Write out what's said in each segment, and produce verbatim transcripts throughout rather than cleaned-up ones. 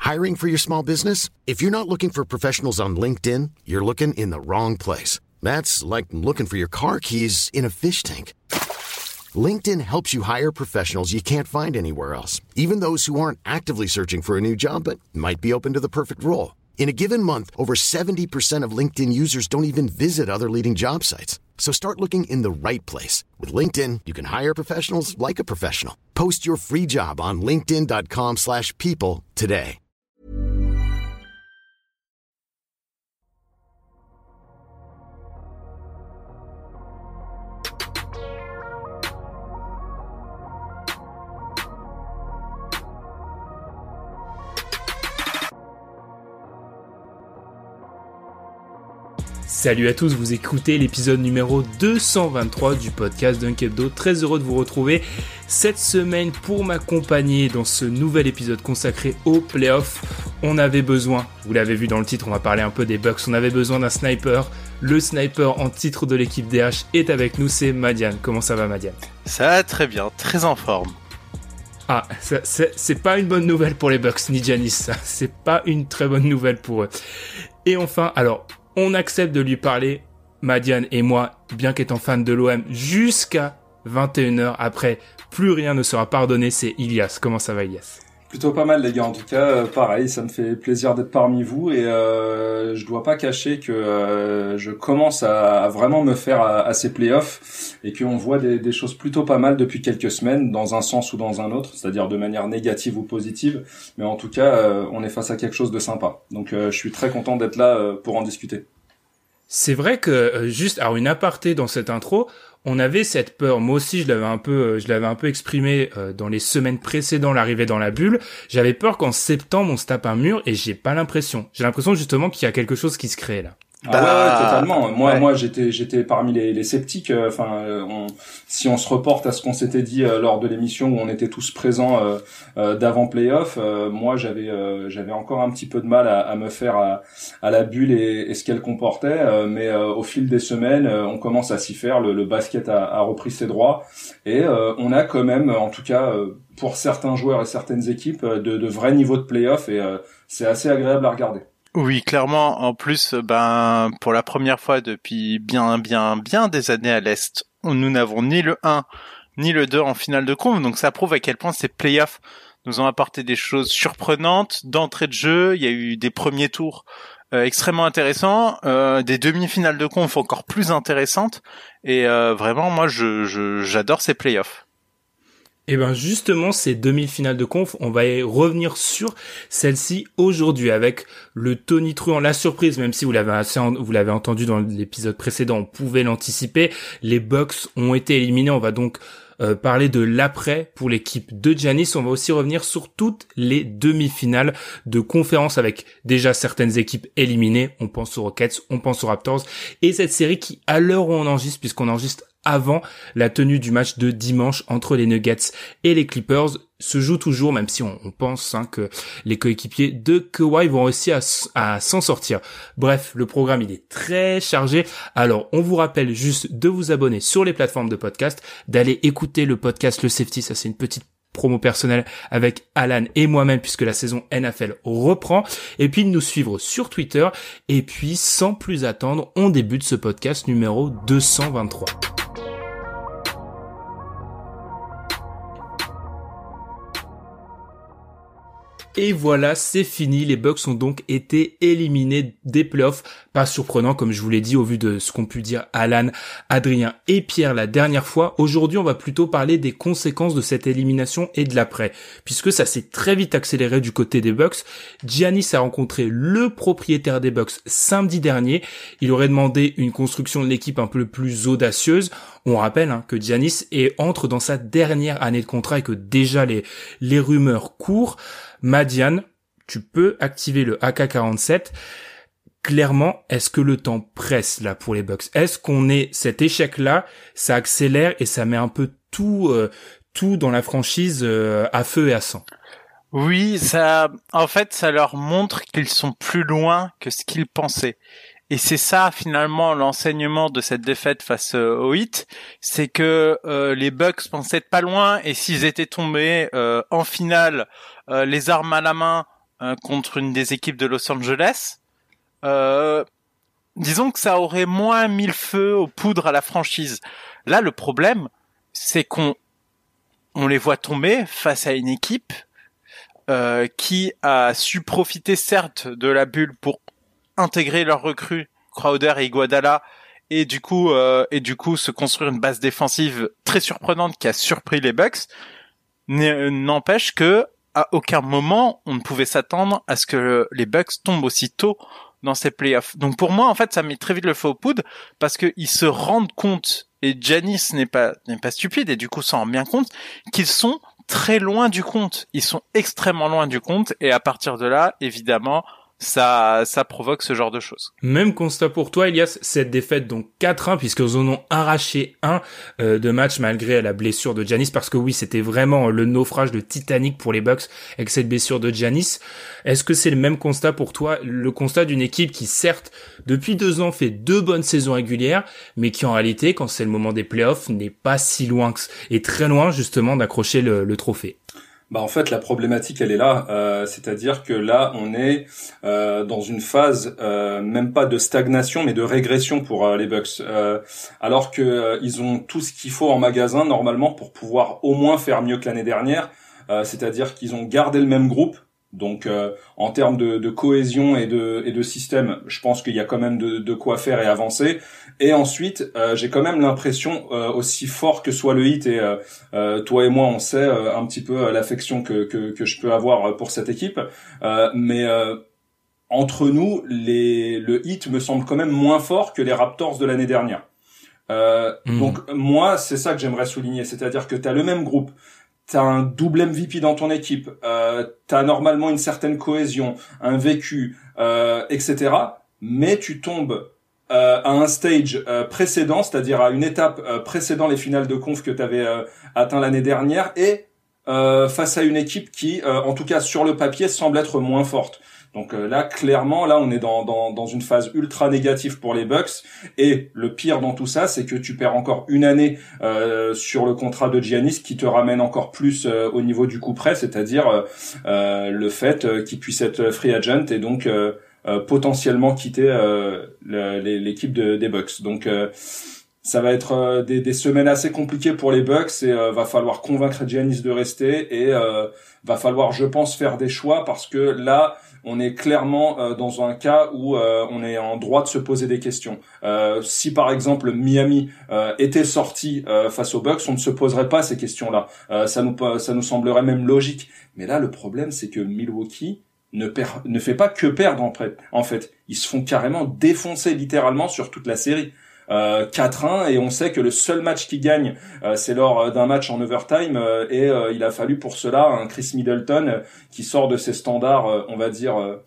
Hiring for your small business? If you're not looking for professionals on LinkedIn, you're looking in the wrong place. That's like looking for your car keys in a fish tank. LinkedIn helps you hire professionals you can't find anywhere else, even those who aren't actively searching for a new job but might be open to the perfect role. In a given month, over seventy percent of LinkedIn users don't even visit other leading job sites. So start looking in the right place. With LinkedIn, you can hire professionals like a professional. Post your free job on linkedin.com slash people today. Salut à tous, vous écoutez l'épisode numéro deux cent vingt-trois du podcast Dunk Hebdo. Très heureux de vous retrouver cette semaine pour m'accompagner dans ce nouvel épisode consacré aux playoffs. On avait besoin, vous l'avez vu dans le titre, on va parler un peu des Bucks, on avait besoin d'un sniper. Le sniper en titre de l'équipe D H est avec nous, c'est Madian. Comment ça va, Madian ? Ça va très bien, très en forme. Ah, ça, c'est, c'est pas une bonne nouvelle pour les Bucks ni Giannis, ça. C'est pas une très bonne nouvelle pour eux. Et enfin, alors... on accepte de lui parler, Madian et moi, bien qu'étant fan de l'O M, jusqu'à vingt et une heures. Après, plus rien ne sera pardonné, c'est Ilias. Comment ça va, Ilias ? Plutôt pas mal, les gars. En tout cas, euh, pareil, ça me fait plaisir d'être parmi vous et euh, je dois pas cacher que euh, je commence à, à vraiment me faire à, à ces playoffs et qu'on voit des, des choses plutôt pas mal depuis quelques semaines, dans un sens ou dans un autre, c'est-à-dire de manière négative ou positive. Mais en tout cas, euh, on est face à quelque chose de sympa. Donc, euh, je suis très content d'être là euh, pour en discuter. C'est vrai que euh, juste, alors une aparté dans cette intro, on avait cette peur. Moi aussi, je l'avais un peu, euh, je l'avais un peu exprimé euh, dans les semaines précédant l'arrivée dans la bulle. J'avais peur qu'en septembre on se tape un mur et j'ai pas l'impression. J'ai l'impression justement qu'il y a quelque chose qui se crée là. Ah bah, ouais, ouais, totalement. Moi, ouais. moi, j'étais, j'étais parmi les, les sceptiques. Enfin, euh, on, si on se reporte à ce qu'on s'était dit euh, lors de l'émission où on était tous présents euh, euh, d'avant playoff, euh, moi, j'avais, euh, j'avais encore un petit peu de mal à, à me faire à, à la bulle et, et ce qu'elle comportait. Euh, mais euh, au fil des semaines, euh, on commence à s'y faire. Le, le basket a, a repris ses droits et euh, on a quand même, en tout cas, euh, pour certains joueurs et certaines équipes, de, de vrais niveaux de playoff et euh, c'est assez agréable à regarder. Oui, clairement. En plus, ben, pour la première fois depuis bien, bien, bien des années à l'Est, nous n'avons ni le un, ni le deux en finale de conf. Donc, ça prouve à quel point ces playoffs nous ont apporté des choses surprenantes d'entrée de jeu. Il y a eu des premiers tours euh, extrêmement intéressants, euh, des demi-finales de conf encore plus intéressantes. Et euh, vraiment, moi, je, je, j'adore ces playoffs. Et ben justement, ces demi-finales de conf, on va y revenir sur celle-ci aujourd'hui avec le tonitruant, la surprise, même si vous l'avez assez, vous l'avez entendu dans l'épisode précédent, on pouvait l'anticiper. Les Bucks ont été éliminés. On va donc euh, parler de l'après pour l'équipe de Giannis. On va aussi revenir sur toutes les demi-finales de conférence avec déjà certaines équipes éliminées. On pense aux Rockets, on pense aux Raptors et cette série qui, à l'heure où on enregistre, puisqu'on enregistre avant la tenue du match de dimanche entre les Nuggets et les Clippers, se joue toujours, même si on, on pense hein, que les coéquipiers de Kawhi vont réussir à, à s'en sortir. Bref, le programme il est très chargé. Alors, on vous rappelle juste de vous abonner sur les plateformes de podcast, d'aller écouter le podcast Le Safety, ça c'est une petite promo personnelle avec Alan et moi-même puisque la saison N F L reprend, et puis de nous suivre sur Twitter, et puis sans plus attendre, on débute ce podcast numéro deux cent vingt-trois. Et voilà, c'est fini. Les Bucks ont donc été éliminés des playoffs. Pas surprenant, comme je vous l'ai dit, au vu de ce qu'ont pu dire Alan, Adrien et Pierre la dernière fois. Aujourd'hui, on va plutôt parler des conséquences de cette élimination et de l'après. Puisque ça s'est très vite accéléré du côté des Bucks. Giannis a rencontré le propriétaire des Bucks samedi dernier. Il aurait demandé une construction de l'équipe un peu plus audacieuse. On rappelle hein, que Giannis est, entre dans sa dernière année de contrat et que déjà les, les rumeurs courent. Madian, tu peux activer le A K quarante-sept. Clairement, est-ce que le temps presse là pour les Bucks ? Est-ce qu'on est cet échec-là, ça accélère et ça met un peu tout, euh, tout dans la franchise euh, à feu et à sang ? Oui, ça, en fait, ça leur montre qu'ils sont plus loin que ce qu'ils pensaient. Et c'est ça finalement l'enseignement de cette défaite face aux Heat, c'est que euh, les Bucks pensaient être pas loin et s'ils étaient tombés euh, en finale, euh, les armes à la main, euh, contre une des équipes de Los Angeles, euh, disons que ça aurait moins mis le feu aux poudres à la franchise. Là, le problème, c'est qu'on on les voit tomber face à une équipe euh, qui a su profiter certes de la bulle pour intégrer leurs recrues Crowder et Iguodala et du coup euh, et du coup se construire une base défensive très surprenante qui a surpris les Bucks. N'empêche que à aucun moment on ne pouvait s'attendre à ce que les Bucks tombent aussi tôt dans ces playoffs. Donc pour moi en fait ça met très vite le feu aux poudres parce que ils se rendent compte, et Giannis n'est pas n'est pas stupide et du coup s'en rend bien compte, qu'ils sont très loin du compte. Ils sont extrêmement loin du compte et à partir de là évidemment ça ça provoque ce genre de choses. Même constat pour toi, Elias, cette défaite donc quatre un, puisqu'ils en ont arraché un euh, de match malgré la blessure de Giannis, parce que oui, c'était vraiment le naufrage de Titanic pour les Bucks avec cette blessure de Giannis. Est-ce que c'est le même constat pour toi, le constat d'une équipe qui certes depuis deux ans fait deux bonnes saisons régulières, mais qui en réalité, quand c'est le moment des playoffs, n'est pas si loin que, et très loin justement d'accrocher le, le trophée? Bah en fait la problématique elle est là, euh, c'est-à-dire que là on est euh, dans une phase euh, même pas de stagnation mais de régression pour euh, les Bucks, euh, alors que euh, ils ont tout ce qu'il faut en magasin normalement pour pouvoir au moins faire mieux que l'année dernière, euh, c'est-à-dire qu'ils ont gardé le même groupe. Donc euh, en termes de, de cohésion et de, et de système, je pense qu'il y a quand même de, de quoi faire et avancer. Et ensuite, euh, j'ai quand même l'impression, euh, aussi fort que soit le Heat, et euh, euh, toi et moi on sait euh, un petit peu euh, l'affection que, que, que je peux avoir pour cette équipe, euh, mais euh, entre nous, les, le Heat me semble quand même moins fort que les Raptors de l'année dernière. Euh, mmh. Donc moi, c'est ça que j'aimerais souligner, c'est-à-dire que tu as le même groupe, t'as un double M V P dans ton équipe, euh, t'as normalement une certaine cohésion, un vécu, euh, et cetera. Mais tu tombes euh, à un stage euh, précédent, c'est-à-dire à une étape euh, précédant les finales de conf que t'avais euh, atteint l'année dernière, et euh, face à une équipe qui, euh, en tout cas sur le papier, semble être moins forte. Donc euh, là, clairement, là, on est dans, dans, dans une phase ultra négative pour les Bucks. Et le pire dans tout ça, c'est que tu perds encore une année euh, sur le contrat de Giannis, qui te ramène encore plus euh, au niveau du coup près, c'est-à-dire euh, euh, le fait euh, qu'il puisse être free agent et donc euh, euh, potentiellement quitter euh, le, l'équipe de, des Bucks. Donc euh, ça va être euh, des, des semaines assez compliquées pour les Bucks et euh, va falloir convaincre Giannis de rester et euh, va falloir, je pense, faire des choix parce que là, on est clairement euh, dans un cas où euh, on est en droit de se poser des questions. Euh, si par exemple Miami euh, était sorti euh, face aux Bucks, on ne se poserait pas ces questions-là. Euh, ça nous ça nous semblerait même logique. Mais là, le problème, c'est que Milwaukee ne perd, ne fait pas que perdre en fait. En fait, ils se font carrément défoncer littéralement sur toute la série. Euh, quatre un, et on sait que le seul match qu'ils gagnent euh, c'est lors d'un match en overtime euh, et euh, il a fallu pour cela un Chris Middleton euh, qui sort de ses standards euh, on va dire euh,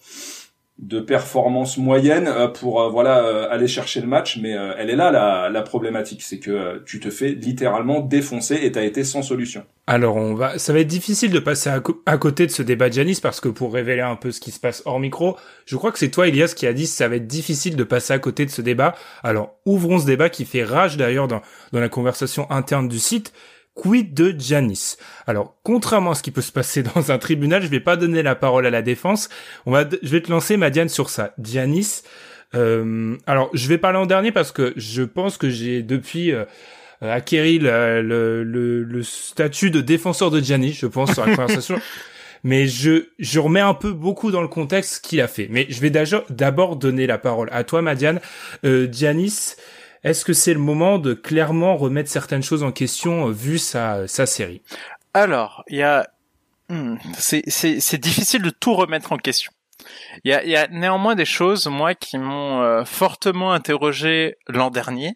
de performance moyenne euh, pour euh, voilà euh, aller chercher le match, mais euh, elle est là la, la problématique, c'est que euh, tu te fais littéralement défoncer et t'as été sans solution. Alors on va, ça va être difficile de passer à, co- à côté de ce débat Giannis parce que pour révéler un peu ce qui se passe hors micro, je crois que c'est toi Elias qui a dit que ça va être difficile de passer à côté de ce débat. Alors ouvrons ce débat qui fait rage d'ailleurs dans, dans la conversation interne du site. Quid de Giannis? Alors, contrairement à ce qui peut se passer dans un tribunal, je vais pas donner la parole à la défense. On va, je vais te lancer, Madiane, sur ça. Giannis, euh, alors, je vais parler en dernier parce que je pense que j'ai depuis euh, acquéri le, le, le, le statut de défenseur de Giannis, je pense, sur la conversation. Mais je, je remets un peu beaucoup dans le contexte ce qu'il a fait. Mais je vais d'abord donner la parole à toi, Madiane. Euh, Giannis, est-ce que c'est le moment de clairement remettre certaines choses en question euh, vu sa sa série? Alors, il y a hmm, c'est c'est c'est difficile de tout remettre en question. Il y a il y a néanmoins des choses moi qui m'ont euh, fortement interrogé l'an dernier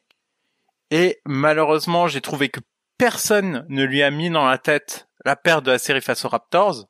et malheureusement, j'ai trouvé que personne ne lui a mis dans la tête la perte de la série face aux Raptors.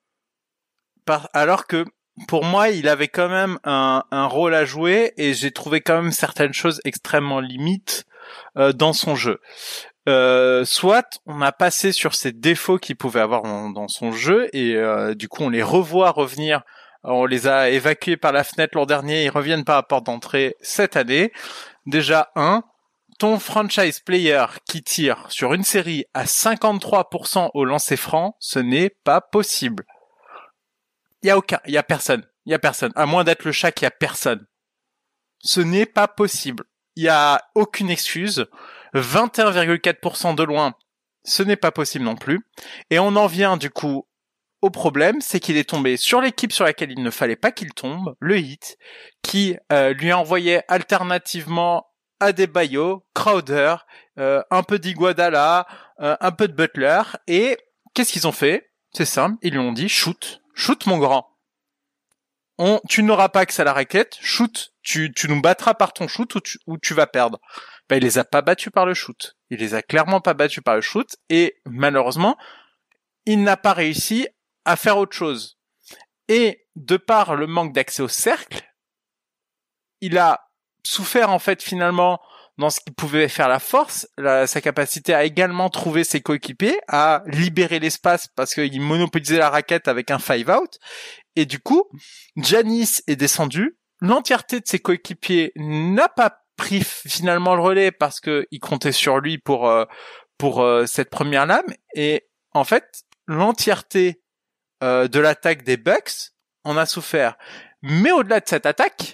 Par, alors que pour moi, il avait quand même un, un rôle à jouer et j'ai trouvé quand même certaines choses extrêmement limites euh, dans son jeu. Euh, soit on a passé sur ces défauts qu'il pouvait avoir dans, dans son jeu et euh, du coup on les revoit revenir. On les a évacués par la fenêtre l'an dernier, ils reviennent par la porte d'entrée cette année. Déjà un, ton franchise player qui tire sur une série à cinquante-trois pour cent au lancer franc, ce n'est pas possible. il y a aucun, il y a personne, il y a personne. À moins d'être le Shaq, il y a personne. Ce n'est pas possible. Il y a aucune excuse. vingt et un virgule quatre pour cent de loin, ce n'est pas possible non plus. Et on en vient du coup au problème, c'est qu'il est tombé sur l'équipe sur laquelle il ne fallait pas qu'il tombe, le Heat, qui euh, lui envoyait alternativement Adebayo, Crowder, euh, un peu d'Iguodala, euh, un peu de Butler. Et qu'est-ce qu'ils ont fait? C'est simple, ils lui ont dit shoot, shoot mon grand. On, tu n'auras pas accès à la raquette, shoot, tu, tu nous battras par ton shoot ou tu, ou tu vas perdre. Ben, il les a pas battus par le shoot. Il les a clairement pas battus par le shoot et malheureusement, il n'a pas réussi à faire autre chose. Et de par le manque d'accès au cercle, il a souffert en fait finalement dans ce qui pouvait faire la force, la, sa capacité à également trouver ses coéquipiers, à libérer l'espace parce qu'il monopolisait la raquette avec un five out. Et du coup, Giannis est descendu. L'entièreté de ses coéquipiers n'a pas pris finalement le relais parce que il comptait sur lui pour euh, pour euh, cette première lame. Et en fait, l'entièreté euh, de l'attaque des Bucks en a souffert. Mais au-delà de cette attaque,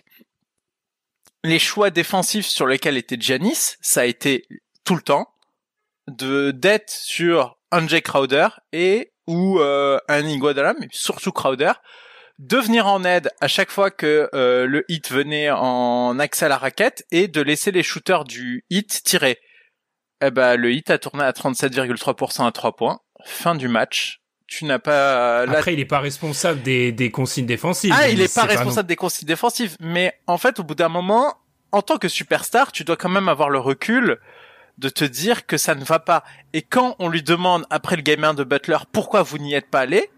les choix défensifs sur lesquels était Giannis, ça a été tout le temps de d'être sur un Jay Crowder et ou euh, un Iguodala, mais surtout Crowder, de venir en aide à chaque fois que euh, le Heat venait en accès à la raquette et de laisser les shooters du Heat tirer. Eh ben le Heat a tourné à trente-sept virgule trois pour cent à trois points. Fin du match. Tu n'as pas... Là... Après, il est pas responsable des, des consignes défensives. Ah, il est pas responsable pas non... des consignes défensives. Mais en fait, au bout d'un moment, en tant que superstar, tu dois quand même avoir le recul de te dire que ça ne va pas. Et quand on lui demande, après le game un de Butler, pourquoi vous n'y êtes pas allé,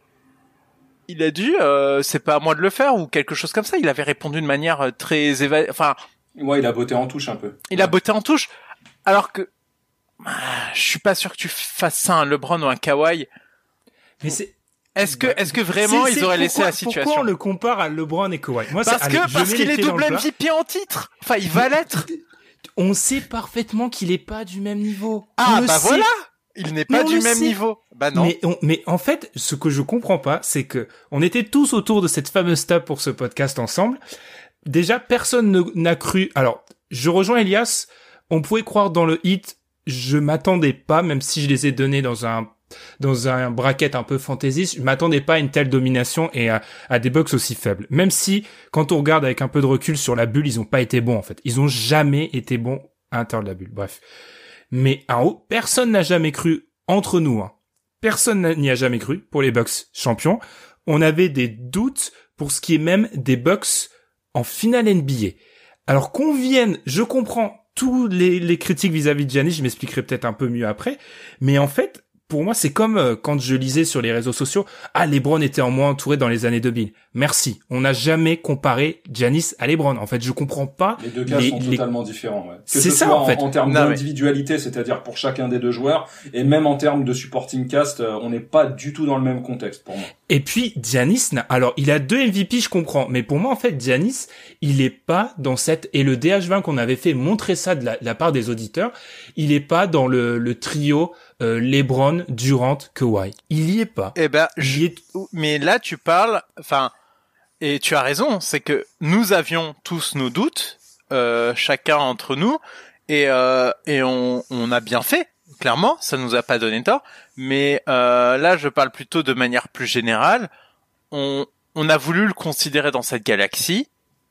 il a dit, euh, c'est pas à moi de le faire, ou quelque chose comme ça. Il avait répondu de manière très éva... Enfin... Ouais, il a botté en touche un peu. Il ouais. a botté en touche. Alors que... Ah, je suis pas sûr que tu fasses ça à un LeBron ou un Kawhi. Mais c'est... Est-ce que, est-ce que vraiment c'est, ils c'est auraient pourquoi, laissé la situation? Pourquoi on le compare à LeBron et Kawhi? Moi, parce c'est, que, allez, parce qu'il est double M V P en titre. Enfin, il va l'être. On sait parfaitement qu'il est pas du même niveau. Ah, bah voilà! Il n'est pas du même sait. niveau. Bah non. Mais, on, mais en fait, ce que je comprends pas, c'est que on était tous autour de cette fameuse table pour ce podcast ensemble. Déjà, personne ne, n'a cru. Alors, je rejoins Elias. On pouvait croire dans le hit. Je m'attendais pas, même si je les ai donnés dans un dans un bracket un peu fantaisiste, je m'attendais pas à une telle domination et à, à des Bucks aussi faibles. Même si, quand on regarde avec un peu de recul sur la bulle, ils ont pas été bons, en fait. Ils ont jamais été bons à l'intérieur de la bulle. Bref. Mais en haut, personne n'a jamais cru, entre nous, hein. Personne n'y a jamais cru pour les Bucks champions. On avait des doutes pour ce qui est même des Bucks en finale N B A. Alors qu'on vienne, je comprends tous les, les critiques vis-à-vis de Giannis, je m'expliquerai peut-être un peu mieux après, mais en fait, pour moi, c'est comme euh, quand je lisais sur les réseaux sociaux, ah, LeBron était en moins entouré dans les années deux mille. Merci. On n'a jamais comparé Giannis à LeBron. En fait, je comprends pas. Les deux cas les, sont les... totalement différents, ouais. Que c'est ce ça, soit en fait. En, en termes non, d'individualité, mais... c'est-à-dire pour chacun des deux joueurs, et même en termes de supporting cast, euh, on n'est pas du tout dans le même contexte, pour moi. Et puis, Giannis, n'a... alors, il a deux M V P, je comprends. Mais pour moi, en fait, Giannis, il est pas dans cette, et le D H vingt qu'on avait fait montrer ça de la, de la part des auditeurs, il est pas dans le, le trio, Euh, LeBron, Durant, Kawhi. Il y est pas. Eh ben, il je... y est... mais là tu parles, enfin, et tu as raison, c'est que nous avions tous nos doutes, euh, chacun entre nous, et euh, et on on a bien fait, clairement, ça nous a pas donné tort. Mais euh, là, je parle plutôt de manière plus générale. On on a voulu le considérer dans cette galaxie.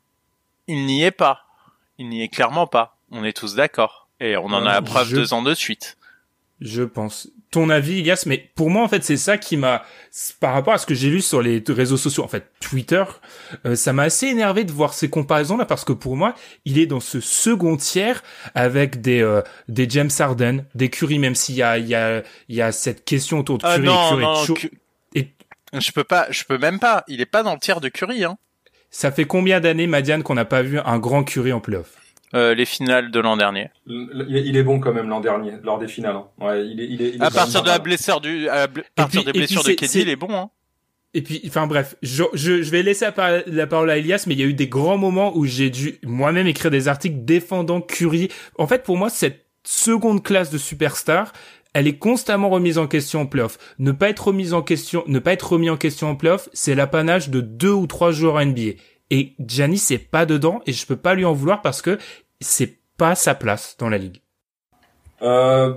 Il n'y est pas. Il n'y est clairement pas. On est tous d'accord, et on en a la preuve je... deux ans de suite. Je pense. Ton avis, Elias, mais pour moi, en fait, c'est ça qui m'a, par rapport à ce que j'ai lu sur les réseaux sociaux, en fait, Twitter, euh, ça m'a assez énervé de voir ces comparaisons-là, parce que pour moi, il est dans ce second tiers avec des euh, des James Harden, des Curry, même s'il y a il y a il y a cette question autour de Curry. Euh, non, et Curry non, chaud... Cu... et... je peux pas, je peux même pas. Il est pas dans le tiers de Curry, hein. Ça fait combien d'années, Madiane, qu'on n'a pas vu un grand Curry en playoff? Euh, les finales de l'an dernier. Il est bon quand même l'an dernier, lors des finales. Hein. Ouais, il est, il est, il est à partir de la blessure du, à bl- partir puis, des blessures de K D, il est bon. Hein. Et puis, enfin bref, je, je, je vais laisser la, par- la parole à Elias, mais il y a eu des grands moments où j'ai dû moi-même écrire des articles défendant Curry. En fait, pour moi, cette seconde classe de superstar elle est constamment remise en question en playoff. Ne pas être remise en question, ne pas être remis en question en playoff, c'est l'apanage de deux ou trois joueurs N B A. Et Giannis c'est pas dedans et je peux pas lui en vouloir parce que c'est pas sa place dans la ligue. Euh,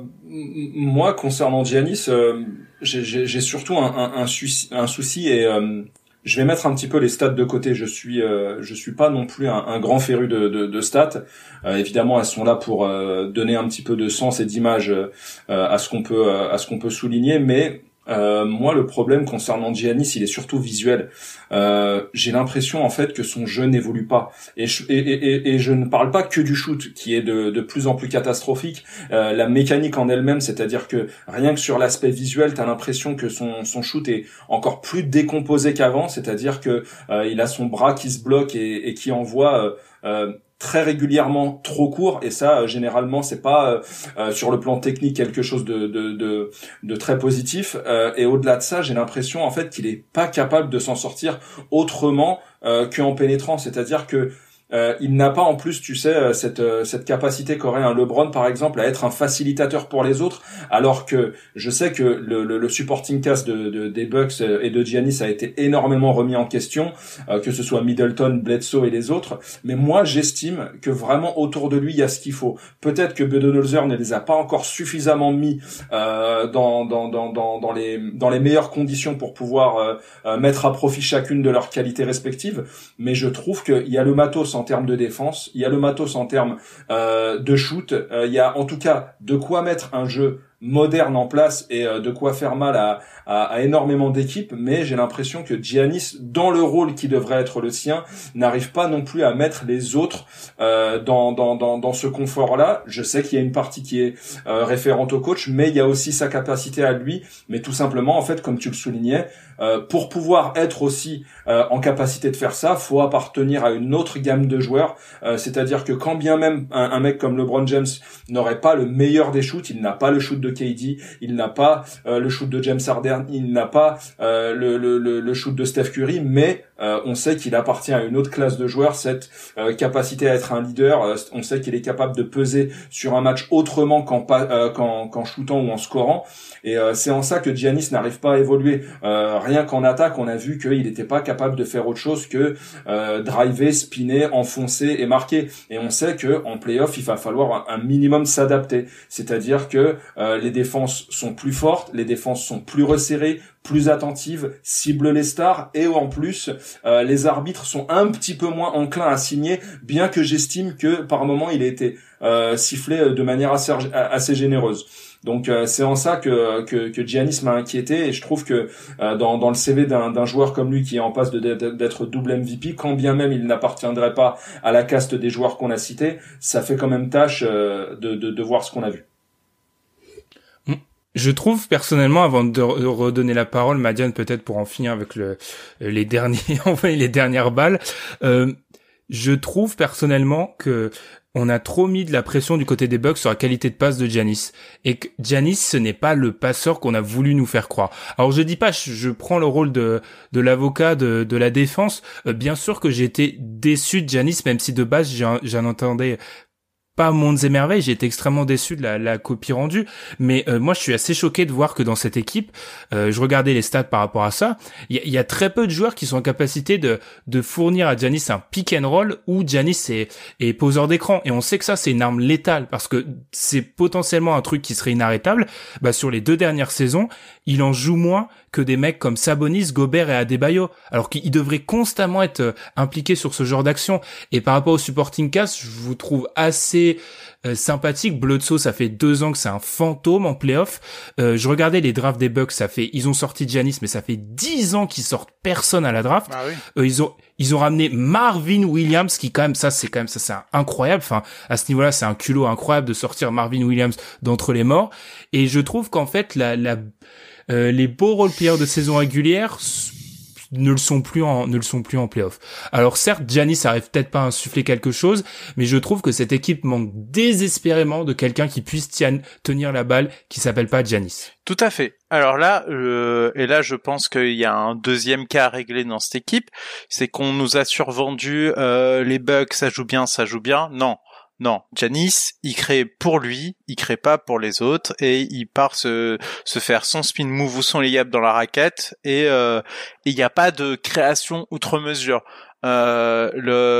moi, concernant Giannis, euh, j'ai, j'ai, j'ai surtout un, un, un, souci, un souci et euh, je vais mettre un petit peu les stats de côté. Je suis, euh, je suis pas non plus un, un grand féru de, de, de stats. Euh, évidemment, elles sont là pour euh, donner un petit peu de sens et d'image euh, à ce qu'on peut, à ce qu'on peut souligner, mais Euh, moi, le problème concernant Giannis, il est surtout visuel. Euh, j'ai l'impression en fait que son jeu n'évolue pas, et je, et, et, et je ne parle pas que du shoot qui est de, de plus en plus catastrophique. Euh, la mécanique en elle-même, c'est-à-dire que rien que sur l'aspect visuel, t'as l'impression que son son shoot est encore plus décomposé qu'avant, c'est-à-dire que euh, il a son bras qui se bloque et, et qui envoie euh, euh, très régulièrement trop court, et ça euh, généralement c'est pas euh, euh, sur le plan technique quelque chose de de de, de très positif, euh, et au-delà de ça j'ai l'impression en fait qu'il est pas capable de s'en sortir autrement euh, qu'en pénétrant, c'est-à-dire que Euh, il n'a pas en plus, tu sais, cette cette capacité qu'aurait un LeBron par exemple à être un facilitateur pour les autres, alors que je sais que le, le, le supporting cast de, de, des Bucks et de Giannis a été énormément remis en question, euh, que ce soit Middleton, Bledsoe et les autres, mais moi j'estime que vraiment autour de lui il y a ce qu'il faut. Peut-être que Budenholzer ne les a pas encore suffisamment mis euh, dans, dans dans dans dans les dans les meilleures conditions pour pouvoir euh, euh, mettre à profit chacune de leurs qualités respectives, mais je trouve qu'il y a le matos en termes de défense, il y a le matos en termes euh, de shoot, euh, il y a en tout cas de quoi mettre un jeu moderne en place et euh, de quoi faire mal à, à, à énormément d'équipes, mais j'ai l'impression que Giannis, dans le rôle qui devrait être le sien, n'arrive pas non plus à mettre les autres euh, dans, dans, dans, dans ce confort-là. Je sais qu'il y a une partie qui est euh, référente au coach, mais il y a aussi sa capacité à lui, mais tout simplement, en fait, comme tu le soulignais, euh, pour pouvoir être aussi euh, en capacité de faire ça, faut appartenir à une autre gamme de joueurs, euh, c'est-à-dire que quand bien même un, un mec comme LeBron James n'aurait pas le meilleur des shoots, il n'a pas le shoot de K D, il n'a pas euh, le shoot de James Harden, il n'a pas euh, le, le, le, le shoot de Steph Curry, mais euh, on sait qu'il appartient à une autre classe de joueurs, cette euh, capacité à être un leader, euh, on sait qu'il est capable de peser sur un match autrement qu'en, euh, qu'en, qu'en shootant ou en scorant, et euh, c'est en ça que Giannis n'arrive pas à évoluer. Euh, rien qu'en attaque, on a vu qu'il n'était pas capable de faire autre chose que euh, driver, spinner, enfoncer et marquer, et on sait que en play-off, il va falloir un, un minimum s'adapter, c'est-à-dire que euh, les défenses sont plus fortes, les défenses sont plus resserrées, plus attentives, ciblent les stars, et en plus euh, les arbitres sont un petit peu moins enclins à signer, bien que j'estime que par moment il a été euh, sifflé de manière assez, assez généreuse. Donc euh, c'est en ça que, que que Giannis m'a inquiété, et je trouve que euh, dans dans le C V d'un d'un joueur comme lui qui est en passe de d'être double M V P, quand bien même il n'appartiendrait pas à la caste des joueurs qu'on a cités, ça fait quand même tâche euh, de de de voir ce qu'on a vu. Je trouve personnellement, avant de redonner la parole, Madiane, peut-être pour en finir avec le, les derniers, enfin les dernières balles, euh, je trouve personnellement que on a trop mis de la pression du côté des Bucks sur la qualité de passe de Giannis, et que Giannis, ce n'est pas le passeur qu'on a voulu nous faire croire. Alors je dis pas, je, je prends le rôle de de l'avocat de de la défense. Euh, bien sûr que j'ai été déçu de Giannis, même si de base j'en, j'en entendais pas mondes et merveilles, j'ai été extrêmement déçu de la, la copie rendue, mais euh, moi je suis assez choqué de voir que dans cette équipe, euh, je regardais les stats par rapport à ça, il y, y a très peu de joueurs qui sont en capacité de de fournir à Giannis un pick and roll où Giannis est, est poseur d'écran, et on sait que ça c'est une arme létale parce que c'est potentiellement un truc qui serait inarrêtable. Bah sur les deux dernières saisons, il en joue moins que des mecs comme Sabonis, Gobert et Adebayo, alors qu'il devrait constamment être euh, impliqué sur ce genre d'action. Et par rapport au supporting cast, je vous trouve assez euh, sympathique. Bledsoe, ça fait deux ans que c'est un fantôme en playoff. Euh, je regardais les drafts des Bucks, ça fait, ils ont sorti Giannis, mais ça fait dix ans qu'ils sortent personne à la draft. Ah oui. Euh, ils ont Ils ont ramené Marvin Williams, qui quand même, ça c'est quand même, ça c'est incroyable. Enfin, à ce niveau-là, c'est un culot incroyable de sortir Marvin Williams d'entre les morts. Et je trouve qu'en fait, la, la, euh, les beaux role-players de saison régulière ne le sont plus en, ne le sont plus en play-off. Alors certes, Giannis arrive peut-être pas à insuffler quelque chose, mais je trouve que cette équipe manque désespérément de quelqu'un qui puisse tien, tenir la balle, qui s'appelle pas Giannis. Tout à fait. Alors là, euh, et là je pense qu'il y a un deuxième cas à régler dans cette équipe, c'est qu'on nous a survendu euh, les Bucks, ça joue bien, ça joue bien. Non. Non, Giannis, il crée pour lui, il crée pas pour les autres, et il part se se faire son spin move ou son layup dans la raquette, et euh, il n'y a pas de création outre mesure. Euh,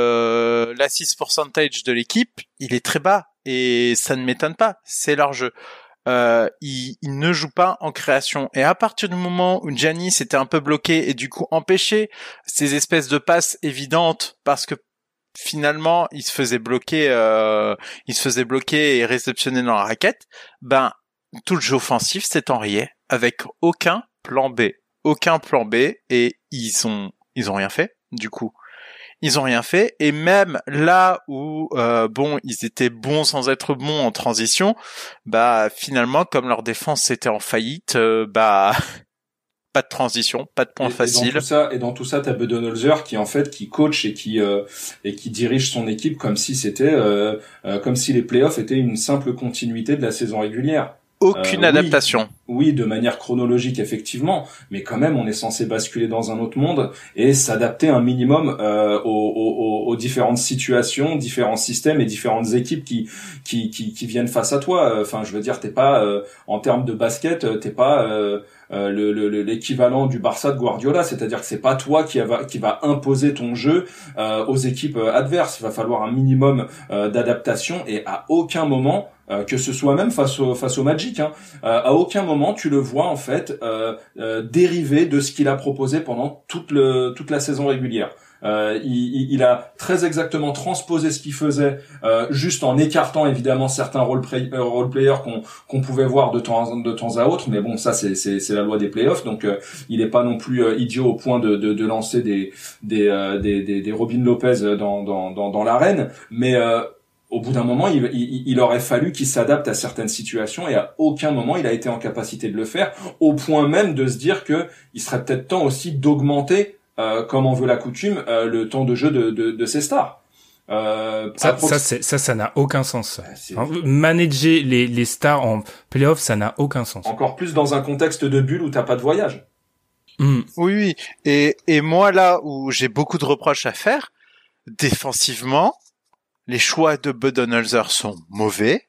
le l'assist percentage de l'équipe, il est très bas, et ça ne m'étonne pas, c'est leur jeu. Euh, il, il ne joue pas en création, et à partir du moment où Giannis était un peu bloqué et du coup empêché ces espèces de passes évidentes, parce que finalement il se faisait bloquer, euh, il se faisait bloquer et réceptionner dans la raquette, ben tout le jeu offensif s'est enrayé avec aucun plan B, aucun plan B, et ils ont ils ont rien fait du coup. Ils ont rien fait, et même là où euh, bon, ils étaient bons sans être bons en transition, bah finalement comme leur défense était en faillite, euh, bah pas de transition, pas de point et, facile. Et dans tout ça, et dans tout ça, t'as Budenholzer qui en fait qui coach et qui euh, et qui dirige son équipe comme si c'était euh, euh, comme si les playoffs étaient une simple continuité de la saison régulière. Aucune euh, adaptation. Oui, oui, de manière chronologique effectivement, mais quand même on est censé basculer dans un autre monde et s'adapter un minimum euh, aux, aux, aux différentes situations, différents systèmes et différentes équipes qui qui qui, qui viennent face à toi. Enfin, je veux dire, t'es pas euh, en termes de basket, t'es pas euh, euh, le, le, l'équivalent du Barça de Guardiola, c'est-à-dire que c'est pas toi qui va qui va imposer ton jeu euh, aux équipes adverses. Il va falloir un minimum euh, d'adaptation et à aucun moment Euh, que ce soit même face au face au Magic, hein, euh, à aucun moment tu le vois en fait euh, euh, dériver de ce qu'il a proposé pendant toute le toute la saison régulière. Euh, il, il a très exactement transposé ce qu'il faisait, euh, juste en écartant évidemment certains role, play, euh, role players qu'on qu'on pouvait voir de temps de temps à autre. Mais bon, ça c'est c'est c'est la loi des playoffs, donc euh, il est pas non plus euh, idiot au point de de, de lancer des des, euh, des des des Robin Lopez dans dans dans, dans l'arène, mais euh, au bout d'un moment, il, il, il aurait fallu qu'il s'adapte à certaines situations et à aucun moment il a été en capacité de le faire, au point même de se dire que il serait peut-être temps aussi d'augmenter, euh, comme en veut la coutume, euh, le temps de jeu de, de, de ses stars. Euh, ça, approx... ça, c'est, ça, ça n'a aucun sens. Hein, manager les, les stars en playoff, ça n'a aucun sens. Encore plus dans un contexte de bulle où t'as pas de voyage. Mmh. Oui, oui. Et, et moi, là où j'ai beaucoup de reproches à faire, défensivement, les choix de Budenholzer sont mauvais.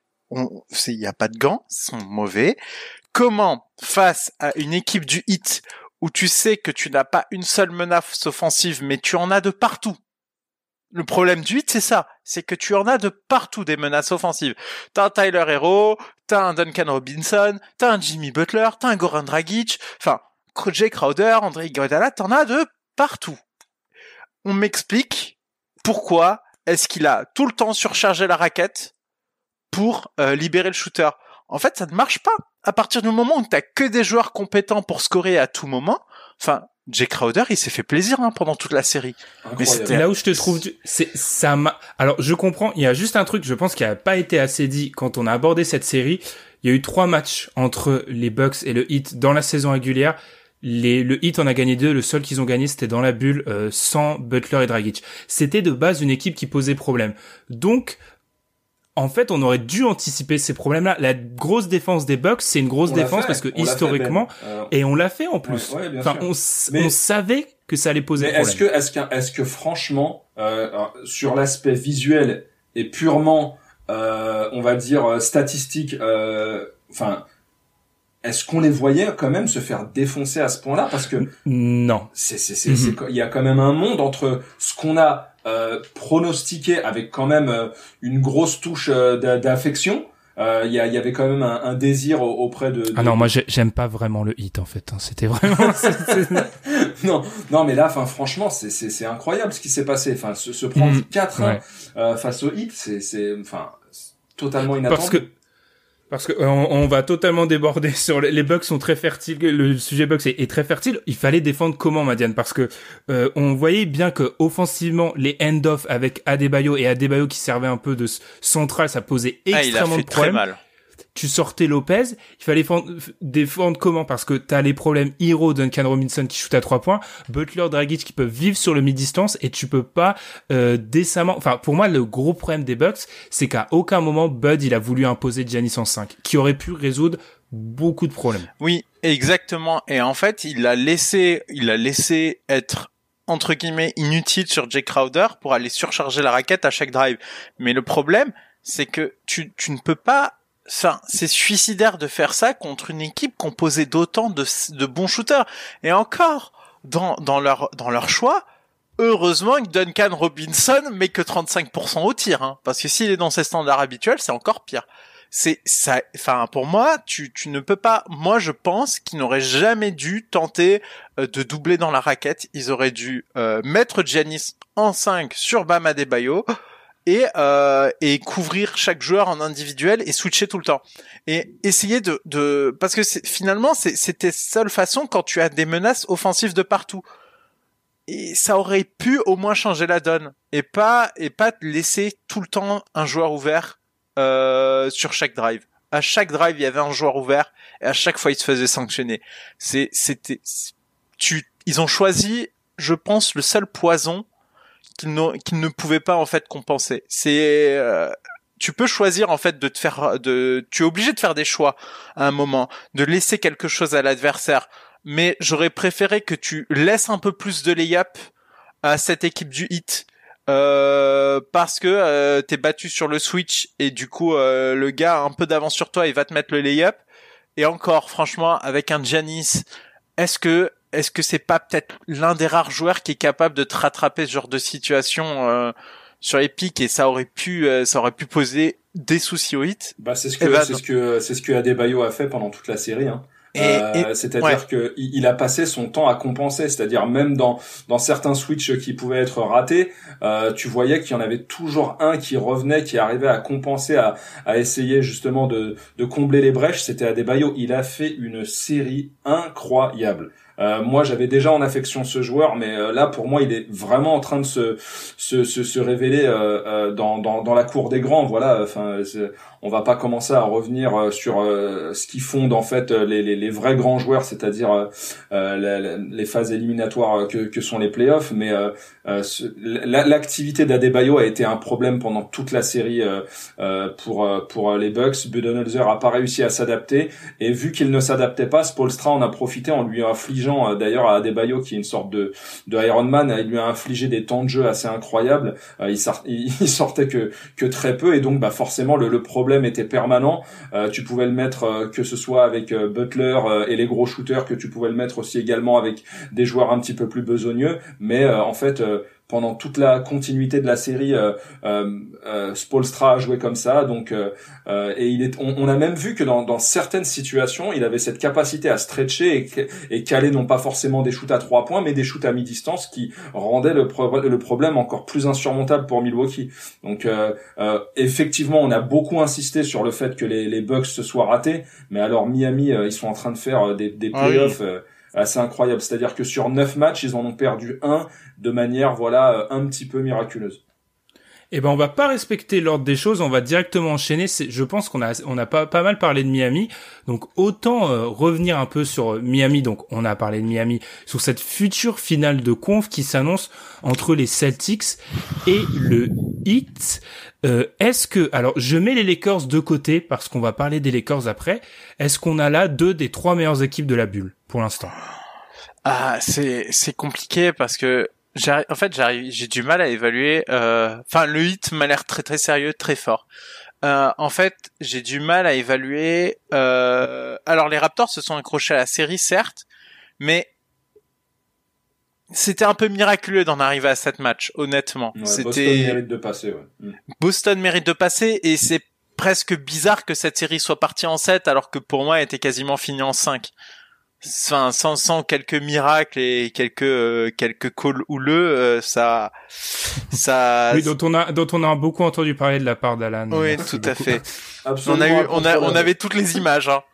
Il n'y a pas de gants, sont mauvais. Comment, face à une équipe du Heat, où tu sais que tu n'as pas une seule menace offensive, mais tu en as de partout. Le problème du Heat, c'est ça. C'est que tu en as de partout des menaces offensives. T'as un Tyler Hero, t'as un Duncan Robinson, t'as un Jimmy Butler, t'as un Goran Dragic, enfin, Jay Crowder, André Iguodala, t'en as de partout. On m'explique pourquoi est-ce qu'il a tout le temps surchargé la raquette pour euh, libérer le shooter. En fait, ça ne marche pas. À partir du moment où t'as que des joueurs compétents pour scorer à tout moment, enfin, Jay Crowder, il s'est fait plaisir hein, pendant toute la série. Mais c'était là où je te trouve, c'est ça m'a. Alors, je comprends. Il y a juste un truc, je pense, qui a pas été assez dit quand on a abordé cette série. Il y a eu trois matchs entre les Bucks et le Heat dans la saison régulière. Les, le Heat en a gagné deux, le seul qu'ils ont gagné c'était dans la bulle euh, sans Butler et Dragic. C'était de base une équipe qui posait problème. Donc en fait, on aurait dû anticiper ces problèmes-là. La grosse défense des Bucks, c'est une grosse on défense parce que on historiquement fait, ben. euh... et on l'a fait en plus. Ouais, ouais, enfin, on, mais... on savait que ça allait poser mais problème. Est-ce que est-ce que est-ce que franchement euh, sur l'aspect visuel et purement euh, on va dire statistique euh, enfin est-ce qu'on les voyait quand même se faire défoncer à ce point-là? Parce que non, c'est c'est c'est, mm-hmm. c'est il y a quand même un monde entre ce qu'on a euh, pronostiqué avec quand même euh, une grosse touche euh, d'affection. Euh, il y, a, il y avait quand même un, un désir auprès de, de. Ah non, moi j'aime pas vraiment le Heat en fait. Hein. C'était vraiment. non, non, mais là, enfin, franchement, c'est c'est c'est incroyable ce qui s'est passé. Enfin, se, se prendre mmh, quatre un ouais. euh, face au Heat, c'est c'est enfin totalement inattendu. Parce que. Parce que on, on va totalement déborder sur les, les Bucks sont très fertiles. Le sujet Bucks est, est très fertile. Il fallait défendre comment, Madiane? Parce que euh, on voyait bien que offensivement, les end-off avec Adebayo et Adebayo qui servait un peu de central, ça posait extrêmement ah, il a fait de problèmes. Très mal. Tu sortais Lopez, il fallait défendre comment? Parce que t'as les problèmes Hero, Duncan Robinson qui shoot à trois points, Butler, Dragic qui peuvent vivre sur le mid-distance et tu peux pas euh, décemment... Enfin, pour moi, le gros problème des Bucks, c'est qu'à aucun moment, Bud, il a voulu imposer Giannis en cinq, qui aurait pu résoudre beaucoup de problèmes. Oui, exactement. Et en fait, il a laissé, il a laissé être entre guillemets inutile sur Jay Crowder pour aller surcharger la raquette à chaque drive. Mais le problème, c'est que tu, tu ne peux pas, enfin, c'est suicidaire de faire ça contre une équipe composée d'autant de, de bons shooters. Et encore, dans, dans leur, dans leur choix, heureusement que Duncan Robinson met que trente-cinq pour cent au tir, hein, parce que s'il est dans ses standards habituels, c'est encore pire. C'est ça, enfin pour moi, tu tu ne peux pas. Moi, je pense qu'ils n'auraient jamais dû tenter euh, de doubler dans la raquette. Ils auraient dû euh, mettre Giannis en cinq sur Bam Adebayo et euh, et couvrir chaque joueur en individuel et switcher tout le temps et essayer de de parce que c'est, finalement c'est c'était seule façon quand tu as des menaces offensives de partout. Et ça aurait pu au moins changer la donne et pas et pas laisser tout le temps un joueur ouvert. Euh, sur chaque drive. À chaque drive, il y avait un joueur ouvert et à chaque fois, il se faisait sanctionner. C'est, c'était, tu, ils ont choisi, je pense, le seul poison qu'ils, qu'ils ne pouvaient pas en fait compenser. C'est, euh, tu peux choisir en fait de te faire, de, tu es obligé de faire des choix à un moment, de laisser quelque chose à l'adversaire. Mais j'aurais préféré que tu laisses un peu plus de lay-up à cette équipe du Heat. Euh, parce que euh, t'es battu sur le switch et du coup euh, le gars a un peu d'avance sur toi, il va te mettre le lay-up. Et encore, franchement, avec un Giannis, est-ce que est-ce que c'est pas peut-être l'un des rares joueurs qui est capable de te rattraper ce genre de situation euh, sur les pics et ça aurait pu euh, ça aurait pu poser des soucis au Heat. Bah c'est ce que ben, c'est ce que c'est ce que Adebayo a fait pendant toute la série, hein. Et, euh, et, c'est-à-dire ouais. que il a passé son temps à compenser, c'est-à-dire même dans dans certains switches qui pouvaient être ratés, euh, tu voyais qu'il y en avait toujours un qui revenait, qui arrivait à compenser, à à essayer justement de de combler les brèches. C'était Adebayo. Il a fait une série incroyable. Euh, moi, j'avais déjà en affection ce joueur, mais euh, là, pour moi, il est vraiment en train de se se se, se révéler euh, euh, dans dans dans la cour des grands. Voilà. Enfin, on va pas commencer à revenir euh, sur euh, ce qui fonde en fait les les, les vrais grands joueurs, c'est-à-dire euh, euh, les phases éliminatoires que que sont les playoffs. Mais euh, euh, ce, l'activité d'Adebayo a été un problème pendant toute la série euh, euh, pour pour les Bucks. Budenholzer a pas réussi à s'adapter, et vu qu'il ne s'adaptait pas, Spoelstra en a profité en lui infligeant d'ailleurs à Adebayo, qui est une sorte de de Iron Man, il lui a infligé des temps de jeu assez incroyables. Euh, il, sort, il, il sortait que que très peu, et donc bah forcément le, le problème était permanent. Euh, tu pouvais le mettre euh, que ce soit avec euh, Butler euh, et les gros shooters, que tu pouvais le mettre aussi également avec des joueurs un petit peu plus besogneux, mais euh, en fait euh, pendant toute la continuité de la série, euh, euh, euh, Spoelstra a joué comme ça. Donc, euh, euh, et il est, on, on a même vu que dans, dans certaines situations, il avait cette capacité à stretcher et, et caler non pas forcément des shoots à trois points, mais des shoots à mi-distance qui rendaient le, pro, le problème encore plus insurmontable pour Milwaukee. Donc, euh, euh, effectivement, on a beaucoup insisté sur le fait que les, les Bucks se soient ratés, mais alors Miami, euh, ils sont en train de faire des, des playoffs. Ah oui. euh, assez incroyable, c'est-à-dire que sur neuf matchs, ils en ont perdu un de manière, voilà, un petit peu miraculeuse. Eh ben, on va pas respecter l'ordre des choses, on va directement enchaîner. C'est, je pense qu'on a, on a pas, pas mal parlé de Miami. Donc, autant euh, revenir un peu sur Miami. Donc, on a parlé de Miami, sur cette future finale de conf qui s'annonce entre les Celtics et le Heat. Euh, est-ce que, alors, je mets les Lakers de côté parce qu'on va parler des Lakers après. Est-ce qu'on a là deux des trois meilleures équipes de la bulle pour l'instant? Ah, c'est, c'est compliqué parce que J'arrive, en fait, j'arrive, j'ai du mal à évaluer. Euh, enfin, le Heat m'a l'air très très sérieux, très fort. Euh, en fait, j'ai du mal à évaluer. Euh, alors, les Raptors se sont accrochés à la série, certes, mais c'était un peu miraculeux d'en arriver à sept matchs, honnêtement. Ouais, c'était... Boston mérite de passer. Ouais. Mm. Boston mérite de passer, et c'est presque bizarre que cette série soit partie en sept, alors que pour moi, elle était quasiment finie en cinq. Enfin, sans, sans quelques miracles et quelques euh, quelques calls houleux, euh, ça ça oui, dont on a dont on a beaucoup entendu parler de la part d'Alan. Oui, Merci tout beaucoup. à fait. Absolument, on a eu on a on avait toutes les images, hein.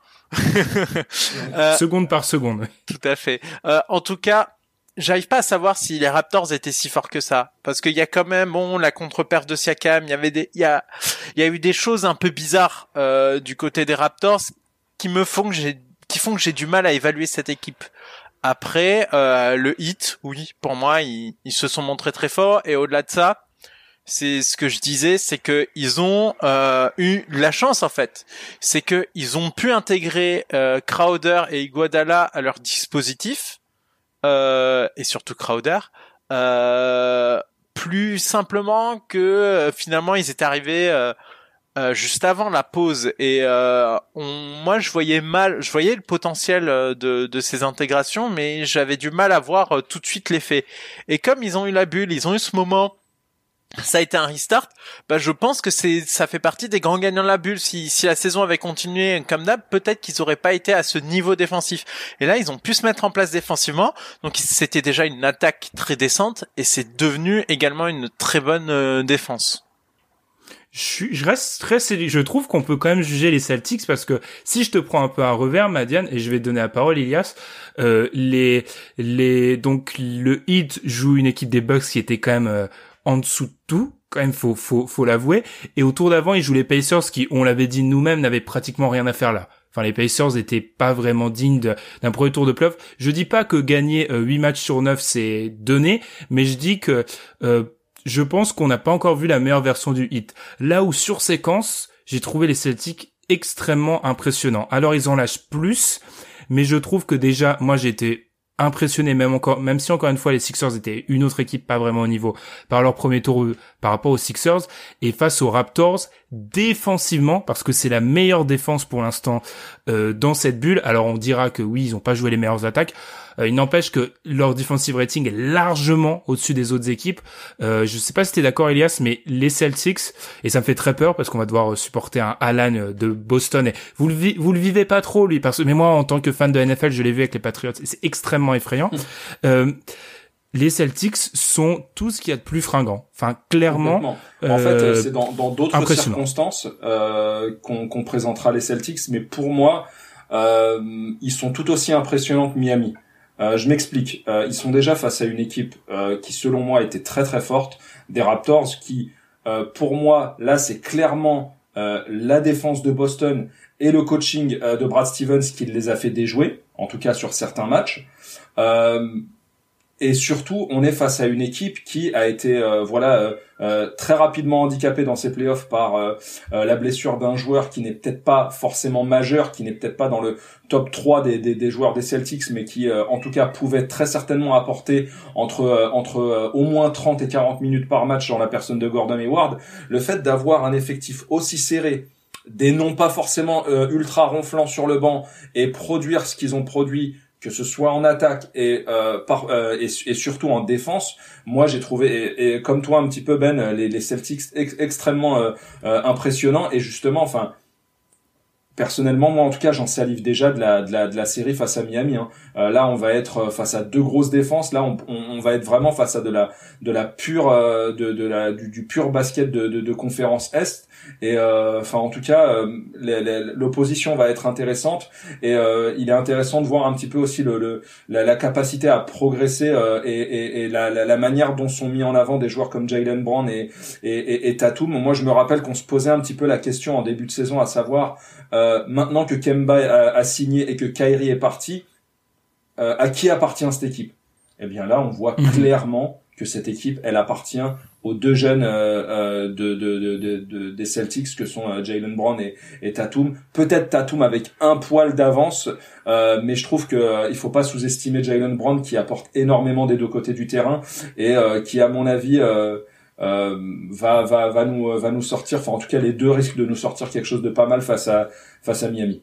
euh, seconde par seconde. Tout à fait. Euh, en tout cas, j'arrive pas à savoir si les Raptors étaient si forts que ça, parce qu'il y a quand même bon la contre-perf de Siakam, il y avait des il y a il y a eu des choses un peu bizarres euh, du côté des Raptors qui me font que j'ai qui font que j'ai du mal à évaluer cette équipe. Après, euh, le Heat, oui, pour moi, ils, ils se sont montrés très forts, et au-delà de ça, c'est ce que je disais, c'est que ils ont euh, eu la chance, en fait. C'est que ils ont pu intégrer euh, Crowder et Iguodala à leur dispositif, euh, et surtout Crowder, euh, plus simplement que euh, finalement ils étaient arrivés... Euh, euh, juste avant la pause et euh, on, moi je voyais mal, je voyais le potentiel de, de ces intégrations, mais j'avais du mal à voir euh, tout de suite l'effet. Et comme ils ont eu la bulle, ils ont eu ce moment, ça a été un restart, bah je pense que c'est ça fait partie des grands gagnants de la bulle. Si si la saison avait continué comme d'hab, peut-être qu'ils auraient pas été à ce niveau défensif. Et là, ils ont pu se mettre en place défensivement. Donc c'était déjà une attaque très décente et c'est devenu également une très bonne euh, défense. Je, suis, je reste très série. Je trouve qu'on peut quand même juger les Celtics parce que si je te prends un peu à revers, Madiane, et je vais te donner la parole, Ilias, euh, les les donc le Heat joue une équipe des Bucks qui était quand même euh, en dessous de tout, quand même faut faut faut l'avouer, et au tour d'avant ils jouent les Pacers qui, on l'avait dit nous-mêmes, n'avaient pratiquement rien à faire là. Enfin, les Pacers étaient pas vraiment dignes de, d'un premier tour de playoff. Je dis pas que gagner euh, huit matchs sur neuf c'est donné, mais je dis que euh, je pense qu'on n'a pas encore vu la meilleure version du Heat. Là où sur séquence, j'ai trouvé les Celtics extrêmement impressionnants. Alors ils en lâchent plus, mais je trouve que déjà, moi j'ai été impressionné, même encore, même si encore une fois les Sixers étaient une autre équipe pas vraiment au niveau par leur premier tour par rapport aux Sixers, et face aux Raptors défensivement, parce que c'est la meilleure défense pour l'instant euh, dans cette bulle. Alors on dira que oui, ils ont pas joué les meilleures attaques. Euh, il n'empêche que leur defensive rating est largement au-dessus des autres équipes. Euh, je sais pas si t'es d'accord, Elias, mais les Celtics, et ça me fait très peur parce qu'on va devoir supporter un Alan de Boston. Et vous le, vi- vous le vivez pas trop, lui, parce que mais moi, en tant que fan de N F L, je l'ai vu avec les Patriots. Et c'est extrêmement effrayant. euh, les Celtics sont tout ce qu'il y a de plus fringant. Enfin, clairement. En euh, fait, c'est dans, dans d'autres circonstances euh, qu'on, qu'on présentera les Celtics, mais pour moi, euh, ils sont tout aussi impressionnants que Miami. Euh, je m'explique. Euh, ils sont déjà face à une équipe euh, qui, selon moi, était très très forte, des Raptors, qui, euh, pour moi, là, c'est clairement euh, la défense de Boston et le coaching euh, de Brad Stevens qui les a fait déjouer, en tout cas sur certains matchs. Euh, Et surtout, on est face à une équipe qui a été euh, voilà euh, euh, très rapidement handicapée dans ses playoffs par euh, euh, la blessure d'un joueur qui n'est peut-être pas forcément majeur, qui n'est peut-être pas dans le top trois des, des, des joueurs des Celtics, mais qui euh, en tout cas pouvait très certainement apporter entre euh, entre euh, au moins trente et quarante minutes par match dans la personne de Gordon Hayward. Le fait d'avoir un effectif aussi serré, des noms pas forcément euh, ultra ronflants sur le banc, et produire ce qu'ils ont produit, que ce soit en attaque et euh, par euh, et, et surtout en défense, moi j'ai trouvé et, et comme toi un petit peu Ben, les, les Celtics ex, extrêmement euh, euh, impressionnants. Et justement, enfin personnellement, moi en tout cas, j'en salive déjà de la de la de la série face à Miami. Hein. Euh, là, on va être face à deux grosses défenses. Là, on, on, on va être vraiment face à de la de la pure euh, de de la du, du pur basket de de, de conférence Est. Et euh, enfin, en tout cas, euh, les, les, l'opposition va être intéressante. Et euh, il est intéressant de voir un petit peu aussi le, le la, la capacité à progresser euh, et, et, et la, la, la manière dont sont mis en avant des joueurs comme Jaylen Brown et, et, et, et Tatum. Moi, je me rappelle qu'on se posait un petit peu la question en début de saison, à savoir euh, maintenant que Kemba a, a signé et que Kyrie est parti, euh, à qui appartient cette équipe? Eh bien là, on voit mmh. clairement que cette équipe, elle appartient aux deux jeunes euh, de, de, de, de, de des Celtics que sont euh, Jaylen Brown et, et Tatum. Peut-être Tatum avec un poil d'avance, euh, mais je trouve que euh, il faut pas sous-estimer Jaylen Brown qui apporte énormément des deux côtés du terrain et euh, qui, à mon avis, euh, euh, va va va nous va nous sortir. Enfin, en tout cas, les deux risquent de nous sortir quelque chose de pas mal face à face à Miami.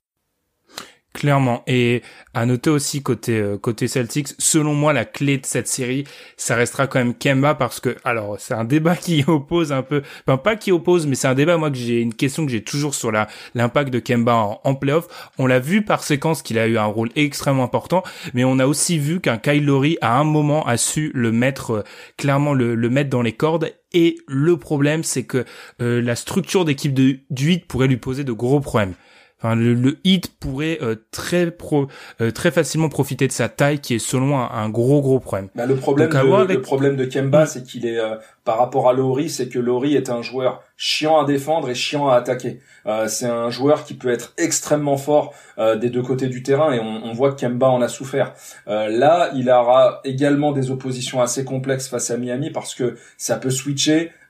Clairement. Et à noter aussi côté euh, côté Celtics, selon moi la clé de cette série, ça restera quand même Kemba, parce que alors c'est un débat qui oppose un peu, enfin pas qui oppose, mais c'est un débat moi que j'ai une question que j'ai toujours sur la l'impact de Kemba en, en playoff. On l'a vu par séquence qu'il a eu un rôle extrêmement important, mais on a aussi vu qu'un Kyle Lowry à un moment a su le mettre euh, clairement le le mettre dans les cordes. Et le problème, c'est que euh, la structure d'équipe de, du Heat pourrait lui poser de gros problèmes. Enfin, le, le Heat pourrait euh, très pro, euh, très facilement profiter de sa taille, qui est selon un, un gros gros problème. Bah, le problème Donc, de, avec... le problème de Kemba, mmh. c'est qu'il est euh, par rapport à Lowry, c'est que Lowry est un joueur chiant à défendre et chiant à attaquer. Euh, c'est un joueur qui peut être extrêmement fort euh, des deux côtés du terrain, et on, on voit que Kemba en a souffert. Euh, là, il aura également des oppositions assez complexes face à Miami, parce que ça peut switcher.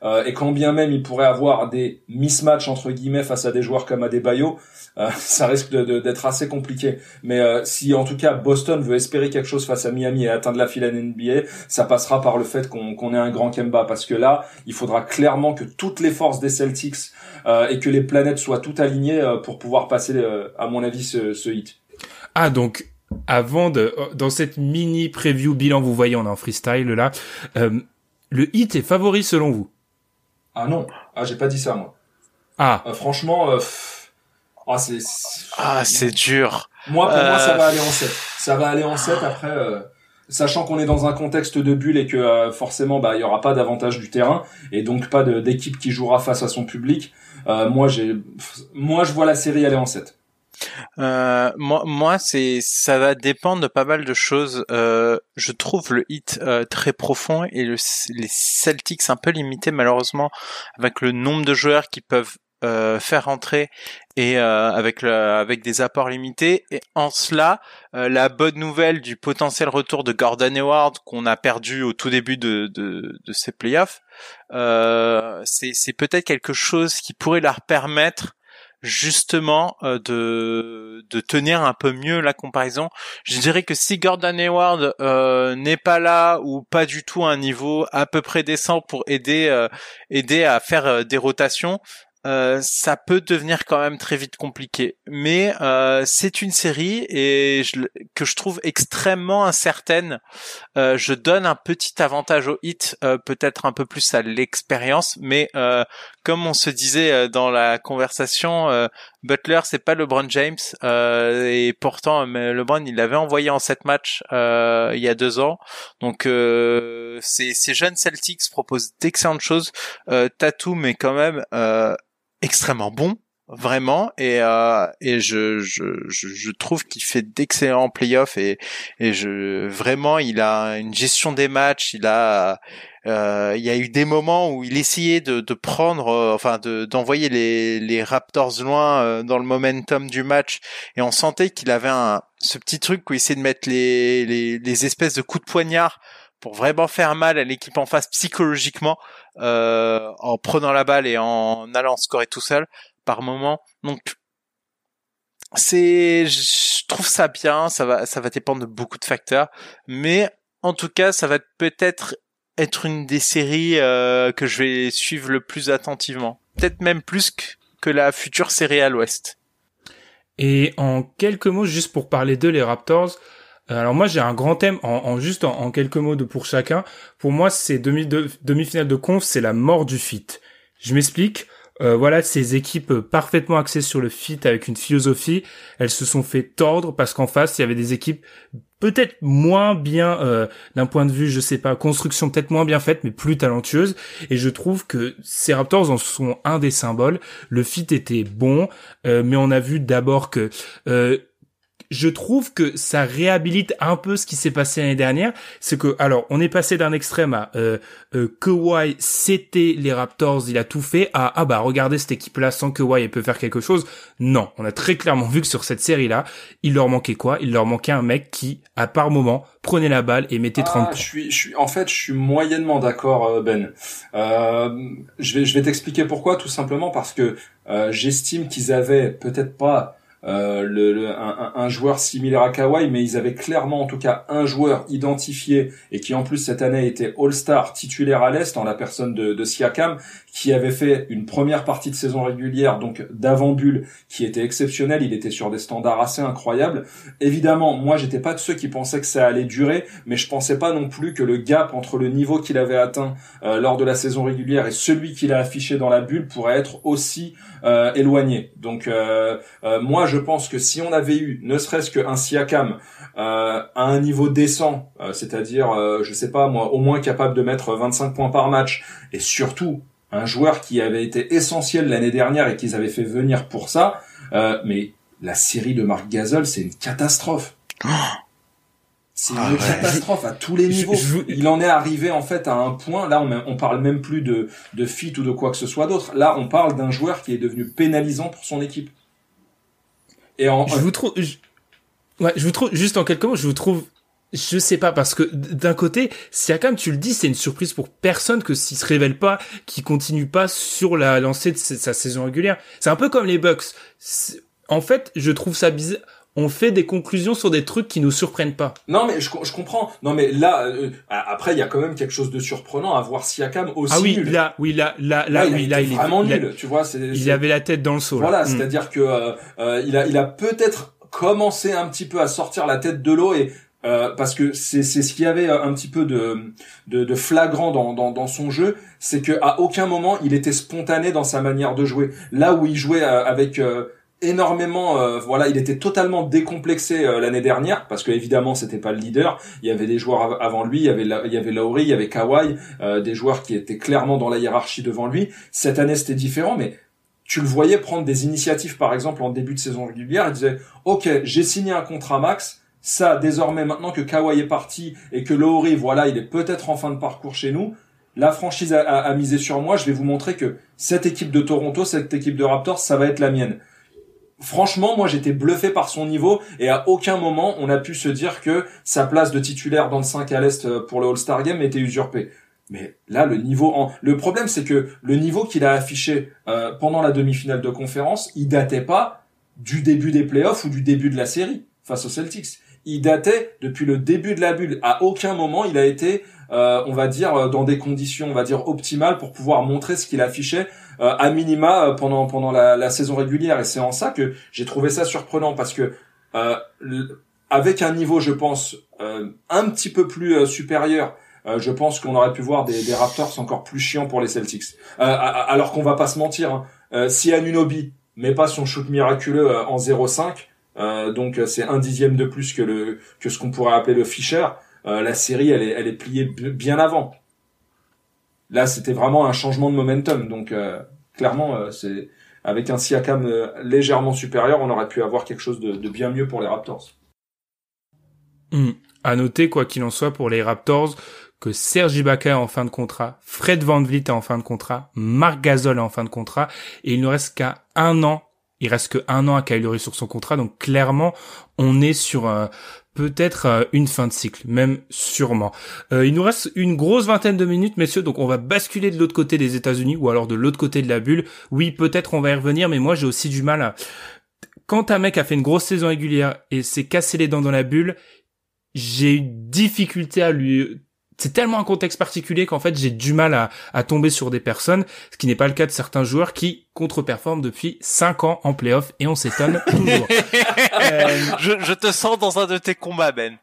euh, et quand bien même il pourrait avoir des mismatchs entre guillemets face à des joueurs comme Adebayo, euh, ça risque de, de, d'être assez compliqué. Mais euh, si en tout cas Boston veut espérer quelque chose face à Miami et atteindre la finale N B A, ça passera par le fait qu'on, qu'on ait un grand Kemba, parce que là, il faudra clairement que toutes les forces des Celtics euh, et que les planètes soient toutes alignées euh, pour pouvoir passer, euh, à mon avis, ce, ce hit. Ah, donc avant de dans cette mini preview bilan, vous voyez, on est en freestyle là. Euh, le Heat est favori selon vous? Ah non, ah j'ai pas dit ça moi. Ah, euh, franchement, euh, pff, ah c'est, c'est ah c'est dur. Moi pour euh... moi ça va aller en sept. Ça va aller en sept après. Euh... Sachant qu'on est dans un contexte de bulle et que euh, forcément bah il y aura pas d'avantage du terrain et donc pas de, d'équipe qui jouera face à son public. Euh, moi j'ai, moi je vois la série aller en sept. Euh, moi, moi, c'est, ça va dépendre de pas mal de choses. Euh, je trouve le Heat euh, très profond et le, les Celtics un peu limités malheureusement avec le nombre de joueurs qui peuvent euh, faire entrer et euh, avec le, avec des apports limités. Et en cela, euh, la bonne nouvelle du potentiel retour de Gordon Hayward qu'on a perdu au tout début de de, de ces playoffs, euh, c'est, c'est peut-être quelque chose qui pourrait leur permettre justement euh, de de tenir un peu mieux la comparaison. Je dirais que si Gordon Hayward euh, n'est pas là ou pas du tout à un niveau à peu près décent pour aider euh, aider à faire euh, des rotations, Euh, ça peut devenir quand même très vite compliqué. Mais euh, c'est une série et je, que je trouve extrêmement incertaine. Euh, je donne un petit avantage au Heat, euh, peut-être un peu plus à l'expérience, mais euh, comme on se disait euh, dans la conversation, euh, Butler c'est pas LeBron James euh, et pourtant mais LeBron il l'avait envoyé en sept matchs euh, il y a deux ans. Donc euh, ces, ces jeunes Celtics proposent d'excellentes choses. Euh, Tatum est quand même euh, extrêmement bon, vraiment, et euh, et je je je, je trouve qu'il fait d'excellents playoffs et et je vraiment il a une gestion des matchs, il a euh, il y a eu des moments où il essayait de de prendre euh, enfin de d'envoyer les les Raptors loin euh, dans le momentum du match et on sentait qu'il avait un ce petit truc où il essayait de mettre les les les espèces de coups de poignard pour vraiment faire mal à l'équipe en face psychologiquement, euh, en prenant la balle et en allant scorer tout seul par moment. Donc c'est, je trouve ça bien, ça va, ça va dépendre de beaucoup de facteurs, mais en tout cas, ça va peut-être être une des séries euh, que je vais suivre le plus attentivement, peut-être même plus que, que la future série à l'Ouest. Et en quelques mots, juste pour parler d'eux, les Raptors. Alors moi j'ai un grand thème en, en juste en, en quelques mots de pour chacun. Pour moi c'est demi de, demi-finale de conf, c'est la mort du fit. Je m'explique. Euh, voilà, ces équipes parfaitement axées sur le fit avec une philosophie, elles se sont fait tordre parce qu'en face il y avait des équipes peut-être moins bien euh, d'un point de vue, je sais pas, construction peut-être moins bien faite mais plus talentueuse. Et je trouve que ces Raptors en sont un des symboles. Le fit était bon, euh, mais on a vu d'abord que euh, je trouve que ça réhabilite un peu ce qui s'est passé l'année dernière. C'est que, alors, on est passé d'un extrême à euh, euh, Kawhi, c'était les Raptors, il a tout fait, à ah bah regardez cette équipe-là sans Kawhi, elle peut faire quelque chose. Non, on a très clairement vu que sur cette série-là, il leur manquait quoi? Il leur manquait un mec qui, à par moment, prenait la balle et mettait trente ah, points. Je suis, je suis, en fait, je suis moyennement d'accord, Ben. Euh, je vais, je vais t'expliquer pourquoi. Tout simplement parce que euh, j'estime qu'ils avaient peut-être pas Euh, le, le, un, un joueur similaire à Kawhi, mais ils avaient clairement en tout cas un joueur identifié et qui en plus cette année était All-Star titulaire à l'Est en la personne de, de Siakam, qui avait fait une première partie de saison régulière, donc d'avant bulle, qui était exceptionnelle. Il était sur des standards assez incroyables. Évidemment, moi j'étais pas de ceux qui pensaient que ça allait durer, mais je pensais pas non plus que le gap entre le niveau qu'il avait atteint euh, lors de la saison régulière et celui qu'il a affiché dans la bulle pourrait être aussi euh, éloigné. Donc euh, euh, moi je pense que si on avait eu ne serait-ce qu'un Siakam euh, à un niveau décent, euh, c'est-à-dire euh, je sais pas moi, au moins capable de mettre vingt-cinq points par match, et surtout un joueur qui avait été essentiel l'année dernière et qu'ils avaient fait venir pour ça, euh, mais la série de Marc Gasol, c'est une catastrophe. C'est ah une ouais. catastrophe à tous les niveaux. Je, je, il en est arrivé en fait à un point, là on, on parle même plus de, de fit ou de quoi que ce soit d'autre, là on parle d'un joueur qui est devenu pénalisant pour son équipe. Et en, je vous trouve, je, ouais, je vous trouve, juste en quelques mots, je vous trouve Je sais pas, parce que d'un côté, Siakam, tu le dis, c'est une surprise pour personne que s'il se révèle pas, qu'il continue pas sur la lancée de sa saison régulière. C'est un peu comme les Bucks. C'est... En fait, je trouve ça bizarre. On fait des conclusions sur des trucs qui nous surprennent pas. Non, mais je, je comprends. Non, mais là, euh, après, il y a quand même quelque chose de surprenant à voir Siakam aussi ah oui, nul. Là, oui, là, là, là, là, il oui, là, il est vraiment il a, nul. Tu vois, c'est, il c'est... avait la tête dans le seau. Voilà, là. c'est-à-dire que euh, euh, il a, il a peut-être commencé un petit peu à sortir la tête de l'eau et euh, parce que c'est, c'est ce qu'il y avait un petit peu de, de, de flagrant dans, dans, dans son jeu, c'est que à aucun moment il était spontané dans sa manière de jouer. Là où il jouait euh, avec euh, énormément, euh, voilà, il était totalement décomplexé euh, l'année dernière parce que évidemment c'était pas le leader. Il y avait des joueurs av- avant lui, il y avait la, il y avait Lowry, il y avait Kawhi, euh, des joueurs qui étaient clairement dans la hiérarchie devant lui. Cette année c'était différent, mais tu le voyais prendre des initiatives, par exemple en début de saison régulière. Il disait ok, j'ai signé un contrat max. Ça, désormais, maintenant que Kawhi est parti et que Lowry, voilà, il est peut-être en fin de parcours chez nous, la franchise a, a, a misé sur moi. Je vais vous montrer que cette équipe de Toronto, cette équipe de Raptors, ça va être la mienne. Franchement, moi, j'étais bluffé par son niveau et à aucun moment, on a pu se dire que sa place de titulaire dans le cinq à l'Est pour le All-Star Game était usurpée. Mais là, le niveau, en... le problème, c'est que le niveau qu'il a affiché euh, pendant la demi-finale de conférence, il datait pas du début des playoffs ou du début de la série face aux Celtics. Il datait depuis le début de la bulle. À aucun moment, il a été, euh, on va dire, dans des conditions, on va dire, optimales pour pouvoir montrer ce qu'il affichait euh, à minima euh, pendant pendant la, la saison régulière. Et c'est en ça que j'ai trouvé ça surprenant parce que euh, avec un niveau, je pense, euh, un petit peu plus euh, supérieur, euh, je pense qu'on aurait pu voir des, des Raptors encore plus chiants pour les Celtics. Euh, alors qu'on va pas se mentir, hein, euh, si Anunoby met pas son shoot miraculeux euh, en zéro cinq. Euh, donc c'est un dixième de plus que le que ce qu'on pourrait appeler le Fisher. Euh, la série elle est elle est pliée b- bien avant. Là c'était vraiment un changement de momentum. Donc euh, clairement euh, c'est avec un Siakam euh, légèrement supérieur, on aurait pu avoir quelque chose de, de bien mieux pour les Raptors. Mmh. À noter quoi qu'il en soit pour les Raptors que Serge Ibaka est en fin de contrat, Fred VanVleet est en fin de contrat, Marc Gasol est en fin de contrat et il ne reste qu'à un an. Il reste que un an à Kyle Lowry sur son contrat, donc clairement, on est sur euh, peut-être euh, une fin de cycle, même sûrement. Euh, il nous reste une grosse vingtaine de minutes, messieurs, donc on va basculer de l'autre côté des États-Unis ou alors de l'autre côté de la bulle. Oui, peut-être on va y revenir, mais moi j'ai aussi du mal à... Quand un mec a fait une grosse saison régulière et s'est cassé les dents dans la bulle, j'ai eu difficulté à lui... C'est tellement un contexte particulier qu'en fait j'ai du mal à, à tomber sur des personnes, ce qui n'est pas le cas de certains joueurs qui contre-performent depuis cinq ans en play-off et on s'étonne toujours. euh... je, je te sens dans un de tes combats, Ben.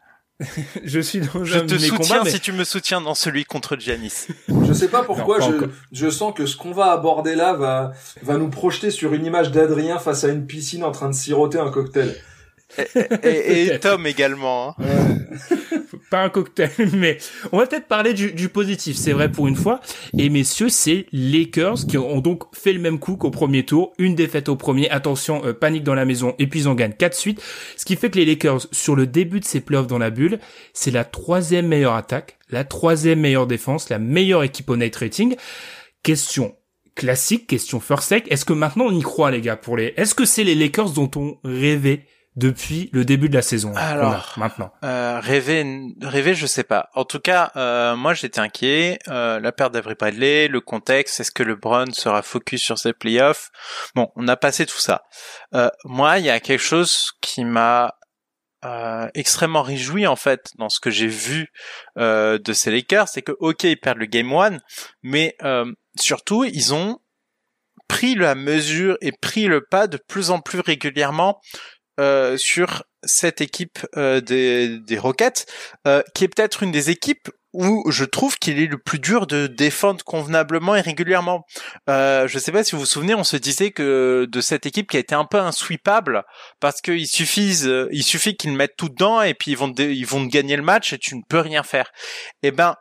Je suis dans je un te de mes soutiens combats, mais... si tu me soutiens dans celui contre Giannis. Je sais pas pourquoi, non, pas je, je sens que ce qu'on va aborder là va, va nous projeter sur une image d'Adrien face à une piscine en train de siroter un cocktail. Et, et, et Tom également. Hein. Ouais. Pas un cocktail, mais on va peut-être parler du, du positif, c'est vrai pour une fois. Et messieurs, c'est Lakers qui ont donc fait le même coup qu'au premier tour. Une défaite au premier, attention, euh, panique dans la maison, et puis ils en gagnent quatre suites. Ce qui fait que les Lakers, sur le début de ces playoffs dans la bulle, c'est la troisième meilleure attaque, la troisième meilleure défense, la meilleure équipe au net rating. Question classique, question first take. Est-ce que maintenant on y croit, les gars, pour les, est-ce que c'est les Lakers dont on rêvait depuis le début de la saison? Alors, maintenant. Euh, rêver, rêver, je sais pas. En tout cas, euh, moi j'étais inquiet. Euh, la perte d'Avery Bradley, le contexte, est-ce que LeBron sera focus sur ses playoffs? Bon, on a passé tout ça. Euh, moi, il y a quelque chose qui m'a euh, extrêmement réjoui en fait dans ce que j'ai vu euh, de ces Lakers, c'est que ok, ils perdent le game one, mais euh, surtout ils ont pris la mesure et pris le pas de plus en plus régulièrement. Euh, sur cette équipe euh, des, des Rockets, euh, qui est peut-être une des équipes où je trouve qu'il est le plus dur de défendre convenablement et régulièrement. Euh, je sais pas si vous vous souvenez, on se disait que de cette équipe qui a été un peu insweepable parce qu'il suffit, euh, il suffit qu'ils mettent tout dedans et puis ils vont te, ils vont te gagner le match et tu ne peux rien faire. Eh ben,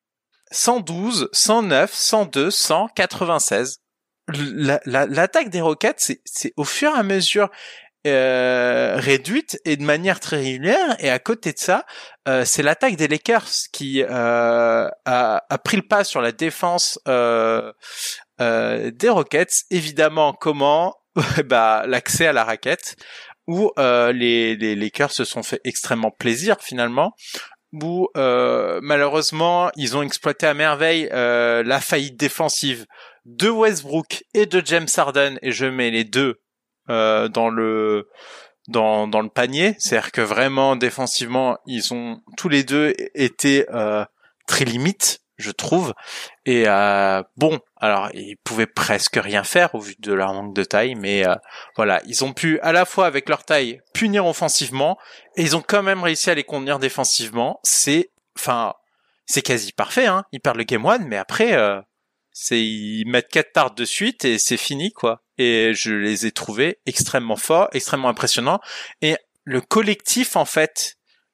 cent douze, cent neuf, cent deux, cent quatre-vingt-seize. La, la, l'attaque des Rockets, c'est, c'est au fur et à mesure Euh, réduite et de manière très régulière, et à côté de ça euh, c'est l'attaque des Lakers qui euh, a, a pris le pas sur la défense euh, euh, des Rockets. Évidemment, comment? Bah, l'accès à la raquette où euh, les, les Lakers se sont fait extrêmement plaisir finalement. où euh, malheureusement ils ont exploité à merveille euh, la faillite défensive de Westbrook et de James Harden, et je mets les deux euh, dans le dans dans le panier. C'est-à-dire que vraiment défensivement ils ont tous les deux été euh, très limites, je trouve. Et euh, bon, alors ils pouvaient presque rien faire au vu de leur manque de taille, mais euh, voilà, ils ont pu à la fois avec leur taille punir offensivement, et ils ont quand même réussi à les contenir défensivement. C'est, enfin, c'est quasi parfait, hein. Ils perdent le game one, mais après, euh, c'est ils mettent quatre tartes de suite et c'est fini, quoi. Et je les ai trouvés extrêmement forts, extrêmement impressionnants, et le collectif en fait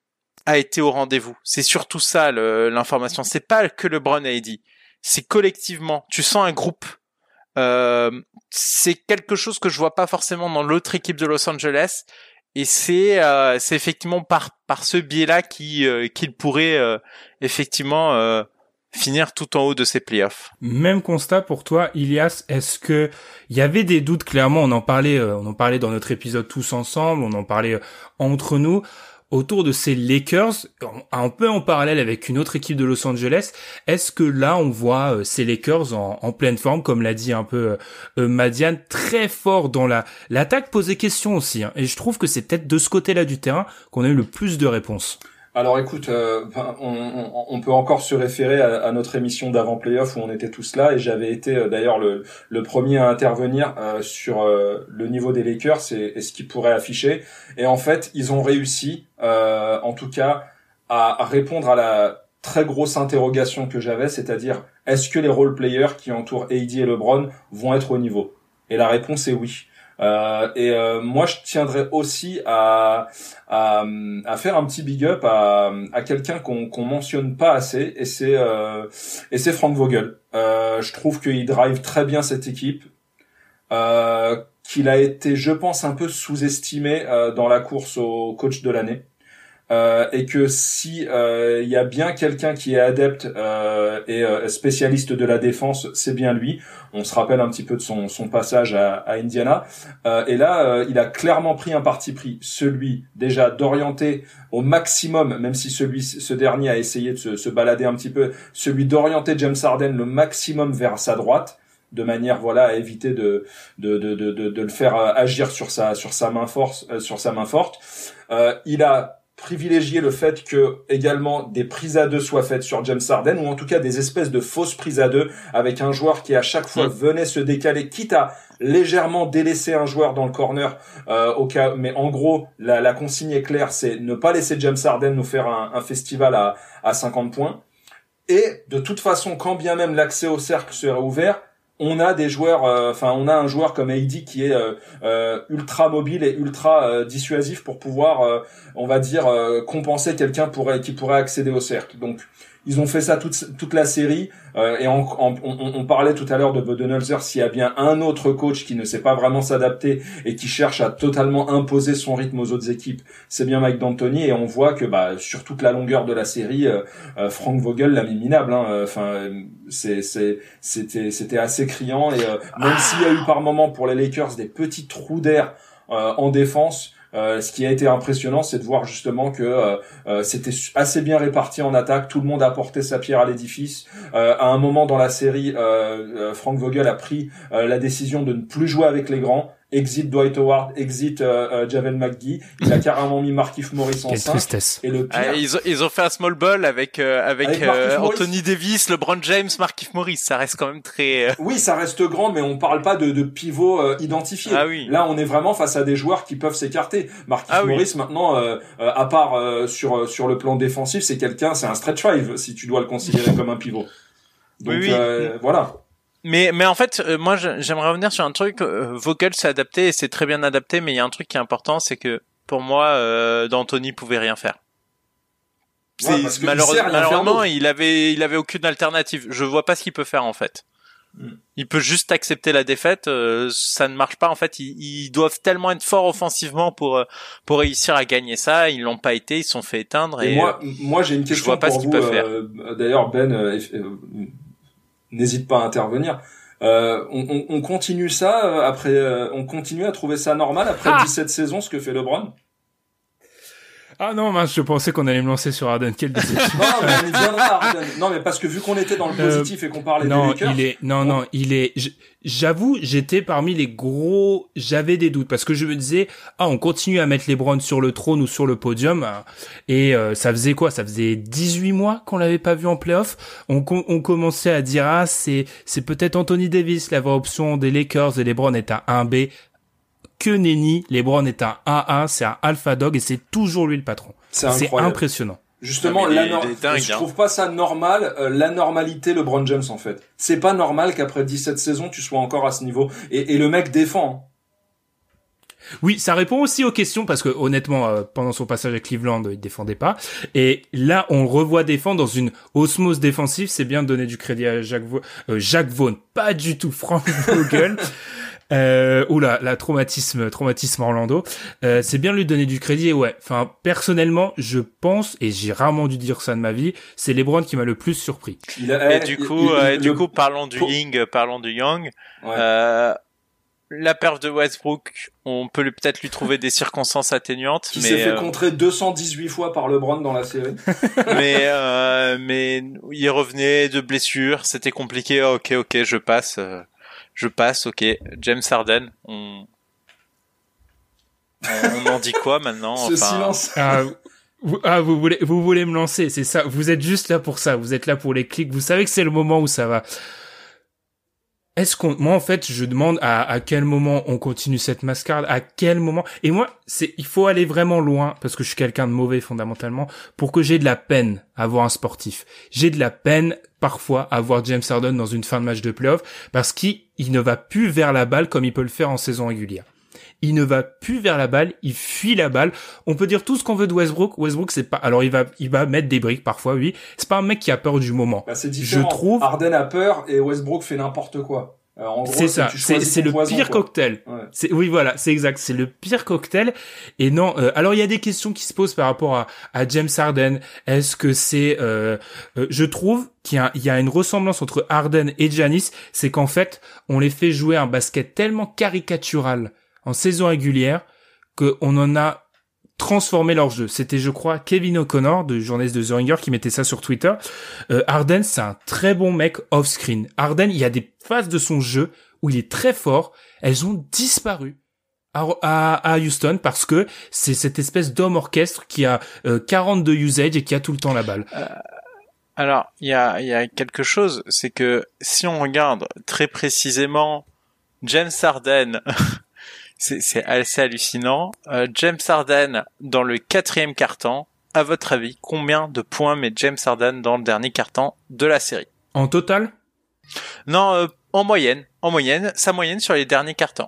a été au rendez-vous. C'est surtout ça le, l'information. C'est pas que LeBron a dit. C'est collectivement. Tu sens un groupe. Euh, c'est quelque chose que je vois pas forcément dans l'autre équipe de Los Angeles. Et c'est, euh, c'est effectivement par par ce biais-là qui euh, qu'il pourrait euh, effectivement euh, finir tout en haut de ces playoffs. Même constat pour toi, Ilias. Est-ce que il y avait des doutes? Clairement, on en parlait, euh, on en parlait dans notre épisode tous ensemble. On en parlait euh, entre nous. Autour de ces Lakers, un peu en parallèle avec une autre équipe de Los Angeles, est-ce que là on voit euh, ces Lakers en, en pleine forme, comme l'a dit un peu euh, Madiane, très fort dans la l'attaque, posait question aussi, hein, et je trouve que c'est peut-être de ce côté-là du terrain qu'on a eu le plus de réponses. Alors écoute, euh, on, on, on peut encore se référer à, à notre émission d'avant playoff où on était tous là, et j'avais été euh, d'ailleurs le, le premier à intervenir euh, sur euh, le niveau des Lakers et, et ce qu'ils pourraient afficher. Et en fait, ils ont réussi, euh, en tout cas, à, à répondre à la très grosse interrogation que j'avais, c'est-à-dire est-ce que les role players qui entourent A D et LeBron vont être au niveau? Et la réponse est oui. Euh, et euh, moi je tiendrais aussi à, à à faire un petit big up à à quelqu'un qu'on qu'on mentionne pas assez, et c'est euh, et c'est Frank Vogel. Euh, je trouve qu'il drive très bien cette équipe, euh, qu'il a été, je pense, un peu sous-estimé euh, dans la course au coach de l'année. Euh, et que si il euh, y a bien quelqu'un qui est adepte euh, et euh, spécialiste de la défense, c'est bien lui. On se rappelle un petit peu de son, son passage à, à Indiana. Euh, et là, euh, il a clairement pris un parti pris, celui déjà d'orienter au maximum, même si celui, ce dernier a essayé de se, se balader un petit peu, celui d'orienter James Harden le maximum vers sa droite, de manière voilà à éviter de de de de de, de le faire agir sur sa sur sa main forte euh, sur sa main forte. Euh, il a privilégier le fait que également des prises à deux soient faites sur James Harden, ou en tout cas des espèces de fausses prises à deux avec un joueur qui à chaque fois mmh. venait se décaler, quitte à légèrement délaisser un joueur dans le corner euh, au cas. Mais en gros, la, la consigne est claire, c'est ne pas laisser James Harden nous faire un, un festival à, à cinquante points. Et de toute façon, quand bien même l'accès au cercle serait ouvert, on a des joueurs, enfin euh, on a un joueur comme A D qui est euh, euh, ultra mobile et ultra euh, dissuasif pour pouvoir, euh, on va dire, euh, compenser quelqu'un pourrait, qui pourrait accéder au cercle. Donc ils ont fait ça toute toute la série, euh, et en, en, on, on parlait tout à l'heure de Budenholzer. S'il y a bien un autre coach qui ne sait pas vraiment s'adapter et qui cherche à totalement imposer son rythme aux autres équipes, c'est bien Mike D'Antoni. Et on voit que bah sur toute la longueur de la série, euh, euh, Frank Vogel l'a mis minable. Enfin, hein. c'est c'est c'était c'était assez criant. Et euh, même ah. s'il y a eu par moments pour les Lakers des petits trous d'air euh, en défense. Euh, ce qui a été impressionnant, c'est de voir justement que euh, euh, c'était assez bien réparti en attaque. Tout le monde a apporté sa pierre à l'édifice. Euh, à un moment dans la série, euh, euh, Frank Vogel a pris euh, la décision de ne plus jouer avec les grands. Exit Dwight Howard, exit euh, euh, Javel McGee. Il a carrément mis Markieff Morris en cinq. Et le pire, ah, ils, ont, ils ont fait un small ball avec euh, avec, avec euh, Anthony Davis, LeBron James, Markieff Morris. Ça reste quand même très. Euh... Oui, ça reste grand, mais on parle pas de, de pivot euh, identifié. Ah, oui. Là, on est vraiment face à des joueurs qui peuvent s'écarter. Markieff ah, Morris, oui. maintenant, euh, euh, à part euh, sur sur le plan défensif, c'est quelqu'un, c'est un stretch five si tu dois le considérer comme un pivot. Donc oui, oui. Euh, voilà. Mais mais en fait, euh, moi j'aimerais revenir sur un truc. Euh, Vogel s'est adapté et c'est très bien adapté, mais il y a un truc qui est important, c'est que pour moi, euh, D'Antoni pouvait rien faire. Ouais, malheureusement, malheureusement il avait il avait aucune alternative. Je vois pas ce qu'il peut faire en fait. Mm. Il peut juste accepter la défaite. Euh, ça ne marche pas en fait. Ils, ils doivent tellement être forts offensivement pour pour réussir à gagner ça. Ils l'ont pas été. Ils se sont fait éteindre. Et, et moi, euh, moi j'ai une question je vois pas pour ce qu'ils vous. peuvent faire. Euh, d'ailleurs, Ben. Euh, euh, N'hésite pas à intervenir. Euh, on, on, on continue ça euh, après. Euh, on continue à trouver ça normal après ah dix-sept saisons, ce que fait LeBron. Ah non, mince, je pensais qu'on allait me lancer sur Harden. Quelle déception. Non, mais on y viendra, Harden. Non, mais parce que vu qu'on était dans le positif euh, et qu'on parlait non, des Lakers. Il est, non, bon. non, il est, j'avoue, j'étais parmi les gros, j'avais des doutes parce que je me disais, ah, on continue à mettre LeBron sur le trône ou sur le podium. Et euh, ça faisait quoi? Ça faisait dix-huit mois qu'on l'avait pas vu en playoff. On, on commençait à dire, ah, c'est, c'est peut-être Anthony Davis, la vraie option des Lakers et LeBron est un un B. Que nenni, LeBron est un A A, c'est un alpha dog et c'est toujours lui le patron. C'est, c'est impressionnant. Justement, la no- dingue, je trouve pas ça normal, euh, la normalité LeBron James en fait. C'est pas normal qu'après dix-sept saisons, tu sois encore à ce niveau. Et, et le mec défend. Oui, ça répond aussi aux questions parce que honnêtement, euh, pendant son passage à Cleveland, il défendait pas. Et là, on le revoit défendre dans une osmose défensive. C'est bien de donner du crédit à Jacques, Vo- euh, Jacques Vaughn, pas du tout Frank Vogel. Euh, oula, la traumatisme, traumatisme Orlando. Euh, c'est bien de lui donner du crédit. Et ouais, enfin, personnellement, je pense, et j'ai rarement dû dire ça de ma vie, c'est LeBron qui m'a le plus surpris. Il a, et du coup, il, il, euh, du le... coup, parlons du Ying, parlons du Young. Ouais. Euh, la perf de Westbrook, on peut lui, peut-être lui trouver des circonstances atténuantes. Qui mais s'est fait euh... contrer deux cent dix-huit fois par LeBron dans la série. mais, euh, mais il revenait de blessure, c'était compliqué. Ok, ok, je passe. Euh... Je passe, ok. James Harden, on, on en dit quoi maintenant? Ce enfin... silence. Ah, vous, ah, vous voulez, vous voulez me lancer, c'est ça. Vous êtes juste là pour ça. Vous êtes là pour les clics. Vous savez que c'est le moment où ça va. Est-ce qu'on, moi en fait, je demande à, à quel moment on continue cette mascarade, à quel moment. Et moi, c'est, il faut aller vraiment loin parce que je suis quelqu'un de mauvais fondamentalement pour que j'ai de la peine à voir un sportif. J'ai de la peine parfois à voir James Harden dans une fin de match de playoff parce qu'il il ne va plus vers la balle comme il peut le faire en saison régulière. Il ne va plus vers la balle, il fuit la balle. On peut dire tout ce qu'on veut de Westbrook. Westbrook, c'est pas, alors il va, il va mettre des briques parfois, oui. C'est pas un mec qui a peur du moment. Bah, c'est différent. Je trouve. Harden a peur et Westbrook fait n'importe quoi. Euh, en gros, c'est ça, c'est, c'est le poison, pire quoi. cocktail. Ouais. C'est, oui, voilà, c'est exact, c'est le pire cocktail. Et non, euh, alors il y a des questions qui se posent par rapport à, à James Harden. Est-ce que c'est, euh, euh, je trouve qu'il y a, il y a une ressemblance entre Harden et Giannis, c'est qu'en fait, on les fait jouer un basket tellement caricatural en saison régulière qu'on en a transformé leur jeu. C'était, je crois, Kevin O'Connor, de journaliste de The Ringer, qui mettait ça sur Twitter. Euh, Harden, c'est un très bon mec off-screen. Harden, il y a des phases de son jeu où il est très fort. Elles ont disparu à, à, à Houston parce que c'est cette espèce d'homme orchestre qui a euh, quarante de usage et qui a tout le temps la balle. Euh, alors, il y a, il y a quelque chose, c'est que si on regarde très précisément James Harden... C'est, c'est assez hallucinant. Euh, James Harden dans le quatrième quart-temps. À votre avis, combien de points met James Harden dans le dernier quart-temps de la série? En total? Non, euh, en moyenne. En moyenne, sa moyenne sur les derniers quart-temps.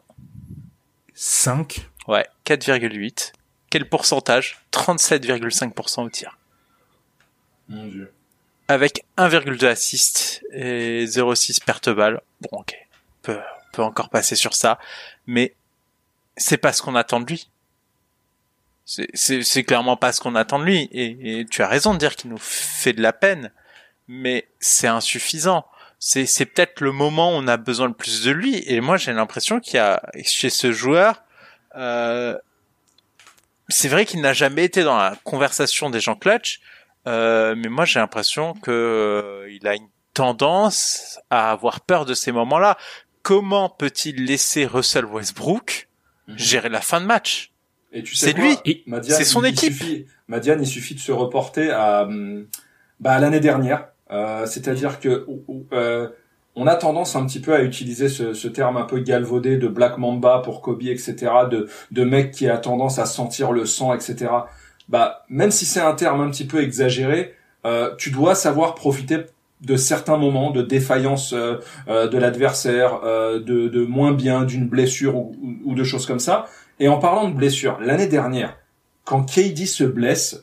cinq. Ouais, quatre virgule huit. Quel pourcentage? trente-sept virgule cinq pour cent au tir. Mon Dieu. Avec un virgule deux assists et zéro virgule six perte balle. Bon, ok. On peut, on peut encore passer sur ça. Mais c'est pas ce qu'on attend de lui. C'est, c'est, c'est clairement pas ce qu'on attend de lui. Et, et tu as raison de dire qu'il nous fait de la peine, mais c'est insuffisant. C'est, c'est peut-être le moment où on a besoin le plus de lui. Et moi, j'ai l'impression qu'il y a, chez ce joueur, euh, c'est vrai qu'il n'a jamais été dans la conversation des gens clutch, euh, mais moi, j'ai l'impression que euh, il a une tendance à avoir peur de ces moments-là. Comment peut-il laisser Russell Westbrook gérer la fin de match? Et tu sais c'est quoi, lui, et Madiane, c'est son il équipe. Suffit, Madiane, il suffit de se reporter à, bah, à l'année dernière. Euh, c'est-à-dire que euh, on a tendance un petit peu à utiliser ce, ce terme un peu galvaudé de Black Mamba pour Kobe, et cetera, de, de mec qui a tendance à sentir le sang, et cetera. Bah, même si c'est un terme un petit peu exagéré, euh, tu dois savoir profiter de certains moments de défaillance euh, euh, de l'adversaire, euh, de, de moins bien, d'une blessure ou, ou, ou de choses comme ça. Et en parlant de blessure, l'année dernière, quand K D se blesse,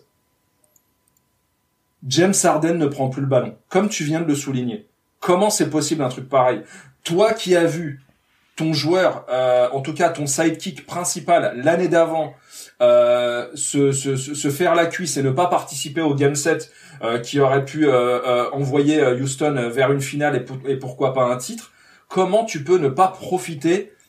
James Harden ne prend plus le ballon, comme tu viens de le souligner. Comment c'est possible un truc pareil? Toi qui as vu ton joueur, euh, en tout cas ton sidekick principal l'année d'avant, euh, se, se, se faire la cuisse et ne pas participer au game sept euh, qui aurait pu euh, euh, envoyer Houston vers une finale et, pour, et pourquoi pas un titre, comment tu peux ne pas profiter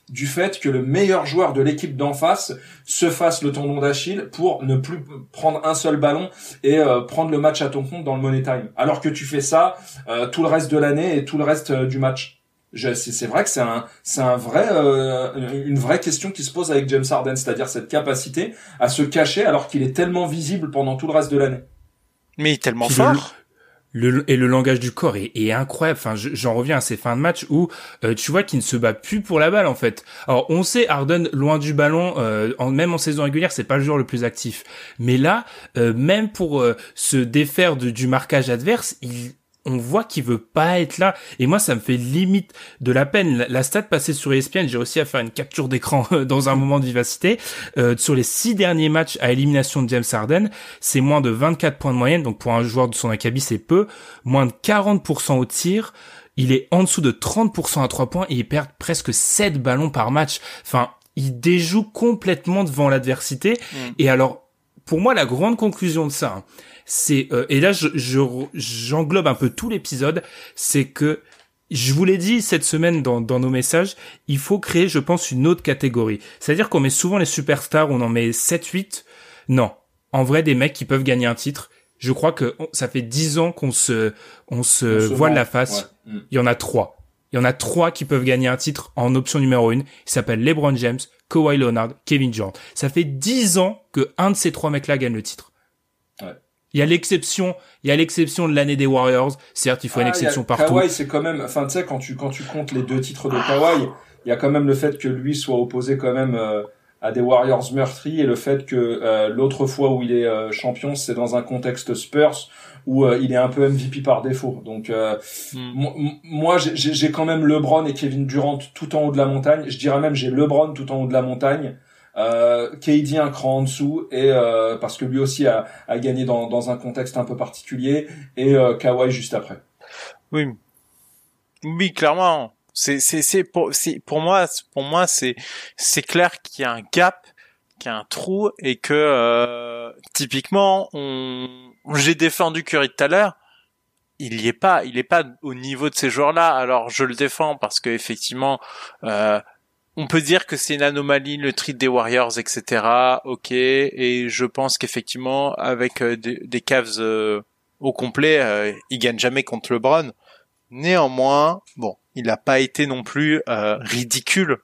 du fait que le meilleur joueur de l'équipe d'en face se fasse le tendon d'Achille pour ne plus prendre un seul ballon et euh, prendre le match à ton compte dans le money time. Alors que tu fais ça euh, tout le reste de l'année et tout le reste euh, du match. Je, c'est, c'est vrai que c'est un, c'est un vrai, euh, une vraie question qui se pose avec James Harden, c'est-à-dire cette capacité à se cacher alors qu'il est tellement visible pendant tout le reste de l'année. Mais il est tellement Puis fort. Le, le, et le langage du corps est, est incroyable. Enfin, je, j'en reviens à ces fins de match où euh, tu vois qu'il ne se bat plus pour la balle en fait. Alors on sait Harden loin du ballon, euh, en, même en saison régulière, c'est pas le joueur le plus actif. Mais là, euh, même pour euh, se défaire de, du marquage adverse, il on voit qu'il veut pas être là. Et moi, ça me fait limite de la peine. La, la stat passée sur E S P N, j'ai réussi à faire une capture d'écran dans un moment de vivacité. Euh, sur les six derniers matchs à élimination de James Harden, c'est moins de vingt-quatre points de moyenne. Donc pour un joueur de son acabit, c'est peu. Moins de quarante pour cent au tir. Il est en dessous de trente pour cent à trois points et il perd presque sept ballons par match. Enfin, il déjoue complètement devant l'adversité. Mmh. Et alors, pour moi, la grande conclusion de ça, hein, c'est euh, et là je, je j'englobe un peu tout l'épisode, c'est que je vous l'ai dit cette semaine dans dans nos messages, il faut créer, je pense, une autre catégorie. C'est-à-dire qu'on met souvent les superstars, on en met sept huit. Non, en vrai, des mecs qui peuvent gagner un titre. Je crois que on, ça fait dix ans qu'on se on se, on se voile la face. Ouais. Mm. Il y en a trois. Il y en a trois qui peuvent gagner un titre en option numéro une. Ils s'appellent LeBron James, Kawhi Leonard, Kevin Durant. Ça fait dix ans que un de ces trois mecs-là gagne le titre. Ouais. Il y a l'exception, il y a l'exception de l'année des Warriors. Certes, il faut ah, une exception partout. Kawhi, c'est quand même, enfin, tu sais, quand tu, quand tu comptes les deux titres de Kawhi, il y a quand même le fait que lui soit opposé quand même, euh, à des Warriors meurtris et le fait que, euh, l'autre fois où il est euh, champion, c'est dans un contexte Spurs où euh, il est un peu M V P par défaut. Donc, euh, mm. m- moi, j'ai, j'ai quand même LeBron et Kevin Durant tout en haut de la montagne. Je dirais même j'ai LeBron tout en haut de la montagne. Euh, K D un cran en dessous et euh, parce que lui aussi a, a gagné dans, dans un contexte un peu particulier et euh, Kawhi juste après. Oui, oui, clairement. C'est c'est c'est pour c'est pour moi pour moi c'est c'est clair qu'il y a un gap, qu'il y a un trou et que euh, typiquement on j'ai défendu Curry tout à l'heure. Il y est pas, il est pas au niveau de ces joueurs-là. Alors je le défends parce que effectivement. Euh, On peut dire que c'est une anomalie, le trade des Warriors, et cetera. Ok, et je pense qu'effectivement, avec euh, des, des Cavs euh, au complet, euh, ils gagnent jamais contre LeBron. Néanmoins, bon, il n'a pas été non plus euh, ridicule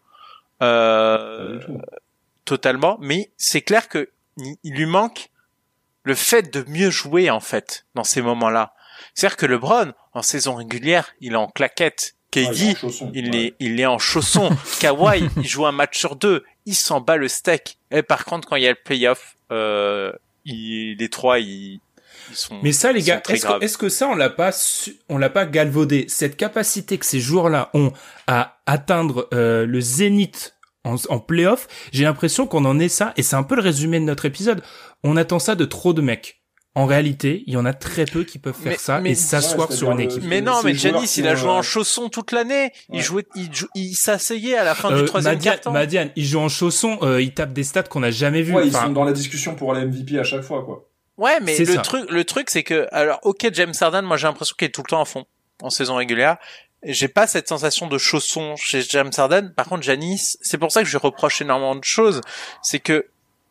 euh, totalement, mais c'est clair que il lui manque le fait de mieux jouer en fait dans ces moments-là. C'est-à-dire que LeBron, en saison régulière, il est en claquette. K D, ouais, il, il ouais. est, il est en chausson. Kawhi, il joue un match sur deux. Il s'en bat le steak. Et par contre, quand il y a le playoff, euh, il, les trois, ils, ils sont. Mais ça, les gars, est-ce que, est-ce que ça, on l'a pas, su, on l'a pas galvaudé? Cette capacité que ces joueurs-là ont à atteindre euh, le zénith en, en playoff, j'ai l'impression qu'on en est ça, et c'est un peu le résumé de notre épisode. On attend ça de trop de mecs. En réalité, il y en a très peu qui peuvent faire mais, ça mais, et s'asseoir ouais, sur une équipe. Mais non, mais Giannis, il a joué en chaussons toute l'année. Ouais. Il jouait, il, jou- il s'asseyait à la fin euh, du troisième Madiane, quart-temps. Madiane, il joue en chaussons, euh, il tape des stats qu'on n'a jamais vues. Ouais, ils enfin, sont dans la discussion pour la M V P à chaque fois, quoi. Ouais, mais c'est le ça. truc, le truc, c'est que, alors, ok, James Harden, moi j'ai l'impression qu'il est tout le temps à fond en saison régulière. J'ai pas cette sensation de chaussons chez James Harden. Par contre, Giannis, c'est pour ça que je lui reproche énormément de choses. C'est que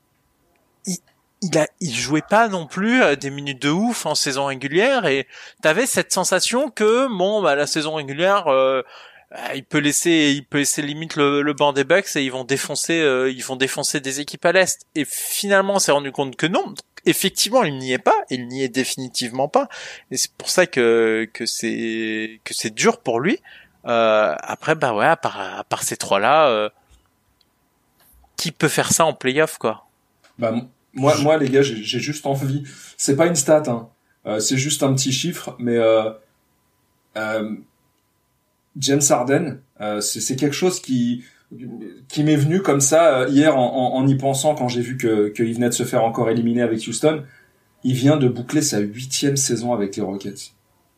il a, il jouait pas non plus des minutes de ouf en saison régulière et t'avais cette sensation que bon bah la saison régulière euh, il peut laisser il peut laisser limite le, le banc des Bucks et ils vont défoncer euh, ils vont défoncer des équipes à l'est et finalement on s'est rendu compte que non, effectivement il n'y est pas, il n'y est définitivement pas et c'est pour ça que que c'est que c'est dur pour lui. Euh, après bah ouais à part à part ces trois là euh, qui peut faire ça en play-off quoi. Bah Moi, moi, les gars, j'ai, j'ai juste envie. C'est pas une stat, hein. Euh, c'est juste un petit chiffre, mais euh, euh, James Harden, euh, c'est, c'est quelque chose qui qui m'est venu comme ça euh, hier en, en, en y pensant quand j'ai vu que qu'il venait de se faire encore éliminer avec Houston. Il vient de boucler sa huitième saison avec les Rockets.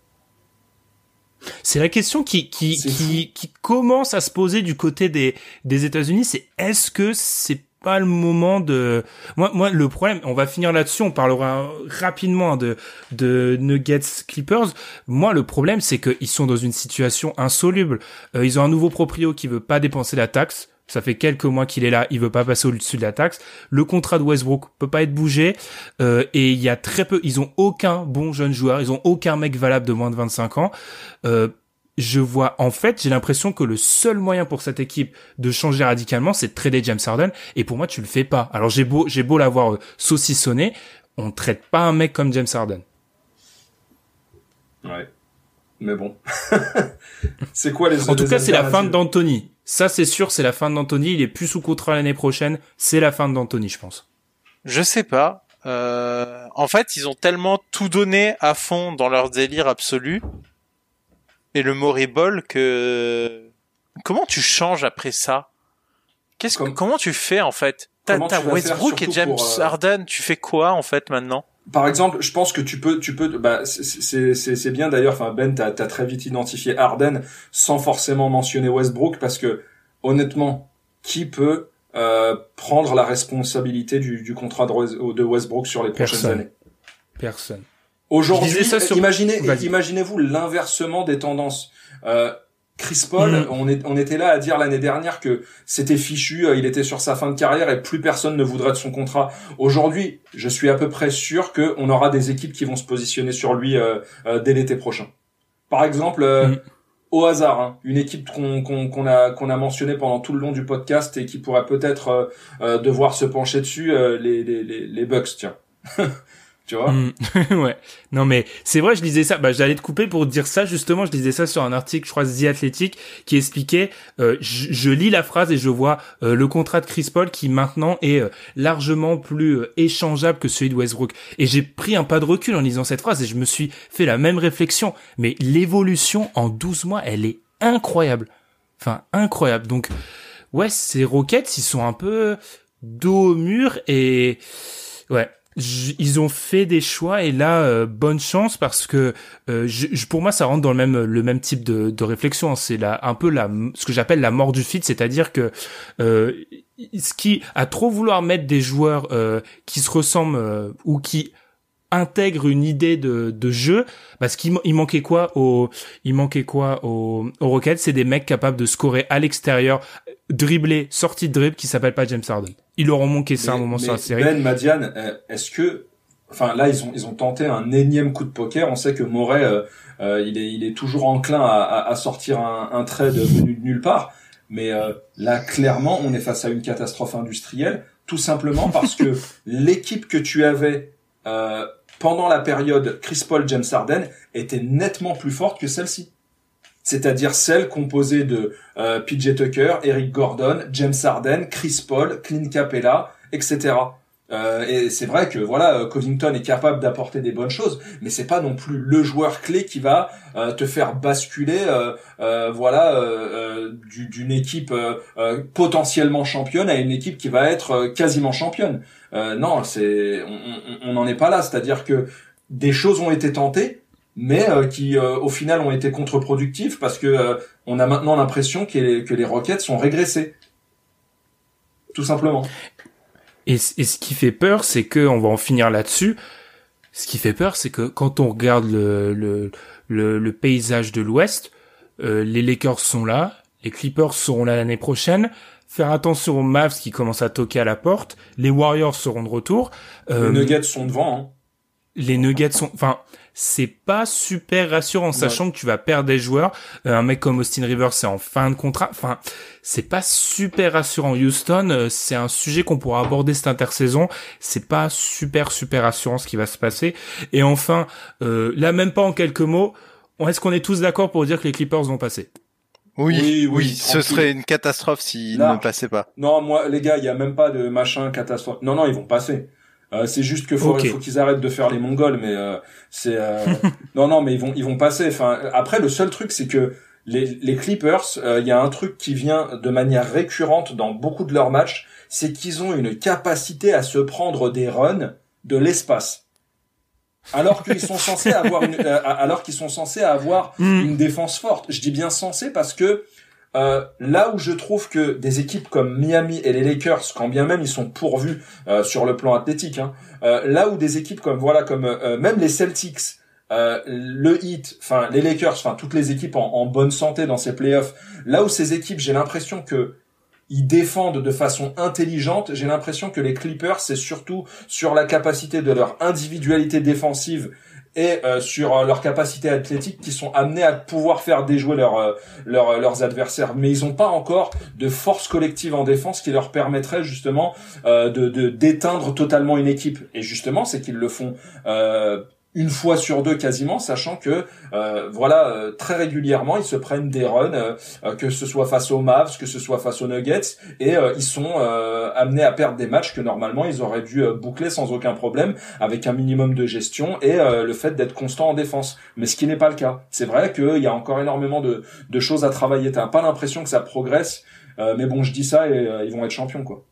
C'est la question qui qui qui, qui commence à se poser du côté des des États-Unis. C'est est-ce que c'est pas le moment de moi moi le problème, on va finir là-dessus, on parlera rapidement de de Nuggets Clippers. Moi le problème c'est que ils sont dans une situation insoluble. Euh, ils ont un nouveau proprio qui veut pas dépenser la taxe. Ça fait quelques mois qu'il est là, il veut pas passer au-dessus de la taxe. Le contrat de Westbrook peut pas être bougé euh, et il y a très peu, ils ont aucun bon jeune joueur, ils ont aucun mec valable de moins de vingt-cinq ans. Euh, je vois, en fait, j'ai l'impression que le seul moyen pour cette équipe de changer radicalement, c'est de trader James Harden. Et pour moi, tu le fais pas. Alors j'ai beau, j'ai beau l'avoir euh, saucissonné, on traite pas un mec comme James Harden. Ouais. Mais bon. C'est quoi les En tout cas, c'est la fin d'Anthony. Ça, c'est sûr, c'est la fin d'Anthony. Il est plus sous contrat l'année prochaine. C'est la fin d'Anthony, je pense. Je sais pas. Euh... En fait, ils ont tellement tout donné à fond dans leur délire absolu. Et le Moribol que... Comment tu changes après ça? Qu'est-ce que... Comme... Comment tu fais, en fait? T'as, t'as Westbrook et James pour, euh... Harden. Tu fais quoi, en fait, maintenant? Par exemple, je pense que tu peux, tu peux, bah, c'est, c'est, c'est bien d'ailleurs. Enfin, Ben, t'as, t'as très vite identifié Harden sans forcément mentionner Westbrook parce que honnêtement, qui peut euh, prendre la responsabilité du, du contrat de, de Westbrook sur les prochaines Personne. années? Personne. Aujourd'hui, ça sur... imaginez, imaginez-vous l'inversement des tendances. Euh, Chris Paul, mmh. on, est, on était là à dire l'année dernière que c'était fichu, euh, il était sur sa fin de carrière et plus personne ne voudrait de son contrat. Aujourd'hui, je suis à peu près sûr qu'on aura des équipes qui vont se positionner sur lui euh, euh, dès l'été prochain. Par exemple, euh, mmh. au hasard, hein, une équipe qu'on, qu'on, qu'on a qu'on a mentionnée pendant tout le long du podcast et qui pourrait peut-être euh, euh, devoir se pencher dessus, euh, les, les, les, les Bucks, tiens. Tu vois? Mmh. Ouais. Non, mais c'est vrai, je lisais ça. Bah, j'allais te couper pour dire ça, justement. Je lisais ça sur un article, je crois, The Athletic, qui expliquait, euh, je, je lis la phrase et je vois euh, le contrat de Chris Paul qui maintenant est euh, largement plus euh, échangeable que celui de Westbrook. Et j'ai pris un pas de recul en lisant cette phrase et je me suis fait la même réflexion. Mais l'évolution en douze mois, elle est incroyable. Enfin, incroyable. Donc, ouais, ces Rockets, ils sont un peu dos au mur et, ouais. Ils ont fait des choix et là euh, bonne chance parce que euh, je, je, pour moi ça rentre dans le même le même type de, de réflexion. C'est là un peu la ce que j'appelle la mort du fit, c'est-à-dire que euh, ce qui à trop vouloir mettre des joueurs euh, qui se ressemblent euh, ou qui intègrent une idée de, de jeu, parce qu'il il manquait quoi au il manquait quoi au, au Rockets, c'est des mecs capables de scorer à l'extérieur, dribbler, sortie de dribble, qui s'appelle pas James Harden. Ils leur ont manqué ça à un moment sur la série. Ben Madiane, est-ce que, enfin là ils ont ils ont tenté un énième coup de poker. On sait que Morey, euh, euh, il est il est toujours enclin à, à, à sortir un, un trade venu de nulle part. Mais euh, là clairement on est face à une catastrophe industrielle, tout simplement parce que l'équipe que tu avais euh, pendant la période Chris Paul, James Harden était nettement plus forte que celle-ci. C'est-à-dire celle composée de euh, P J Tucker, Eric Gordon, James Harden, Chris Paul, Clint Capella, et cetera. Euh, et c'est vrai que voilà, Covington est capable d'apporter des bonnes choses, mais c'est pas non plus le joueur clé qui va euh, te faire basculer, euh, euh, voilà, euh, euh, du, d'une équipe euh, euh, potentiellement championne à une équipe qui va être euh, quasiment championne. Euh, non, c'est, on n'en est pas là. C'est-à-dire que des choses ont été tentées, mais euh, qui euh, au final ont été contre-productifs parce que euh, on a maintenant l'impression que les, que les Rockets sont régressés, tout simplement. Et, et ce qui fait peur, c'est que on va en finir là-dessus. Ce qui fait peur, c'est que quand on regarde le le le, le paysage de l'Ouest, euh, les Lakers sont là, les Clippers seront là l'année prochaine. Faire attention aux Mavs qui commencent à toquer à la porte. Les Warriors seront de retour. Euh, les Nuggets sont devant. Hein. Les Nuggets sont, enfin, c'est pas super rassurant, ouais. Sachant que tu vas perdre des joueurs. Euh, un mec comme Austin Rivers, c'est en fin de contrat. Enfin, c'est pas super rassurant. Houston, euh, c'est un sujet qu'on pourra aborder cette intersaison. C'est pas super super rassurant ce qui va se passer. Et enfin, euh, là même pas en quelques mots, est-ce qu'on est tous d'accord pour dire que les Clippers vont passer? Oui, oui, oui, oui ce serait une catastrophe s'ils ne passaient pas. Non, moi, les gars, il y a même pas de machin catastrophe. Non, non, ils vont passer. Euh, c'est juste que faut, okay. faut qu'ils arrêtent de faire les Mongols, mais euh, c'est euh... non, non, mais ils vont, ils vont passer. Enfin, après, le seul truc, c'est que les, les Clippers, il euh, y a un truc qui vient de manière récurrente dans beaucoup de leurs matchs, c'est qu'ils ont une capacité à se prendre des runs de l'espace. Alors qu'ils sont censés avoir une, euh, alors qu'ils sont censés avoir mm. une défense forte. Je dis bien censé parce que euh, là où je trouve que des équipes comme Miami et les Lakers, quand bien même ils sont pourvus euh, sur le plan athlétique, hein, euh, là où des équipes comme voilà comme euh, même les Celtics, euh, le Heat, enfin les Lakers, enfin toutes les équipes en, en bonne santé dans ces playoffs, là où ces équipes, j'ai l'impression que ils défendent de façon intelligente. J'ai l'impression que les Clippers, c'est surtout sur la capacité de leur individualité défensive et euh, sur euh, leur capacité athlétique qui sont amenés à pouvoir faire déjouer leur, euh, leur, leurs adversaires. Mais ils n'ont pas encore de force collective en défense qui leur permettrait justement euh, de, de d'éteindre totalement une équipe. Et justement, c'est qu'ils le font euh, une fois sur deux quasiment, sachant que euh, voilà euh, très régulièrement ils se prennent des runs, euh, euh, que ce soit face aux Mavs, que ce soit face aux Nuggets, et euh, ils sont euh, amenés à perdre des matchs que normalement ils auraient dû euh, boucler sans aucun problème, avec un minimum de gestion et euh, le fait d'être constant en défense. Mais ce qui n'est pas le cas. C'est vrai qu'il y a encore énormément de, de choses à travailler. T'as pas l'impression que ça progresse, euh, mais bon, je dis ça et euh, ils vont être champions quoi.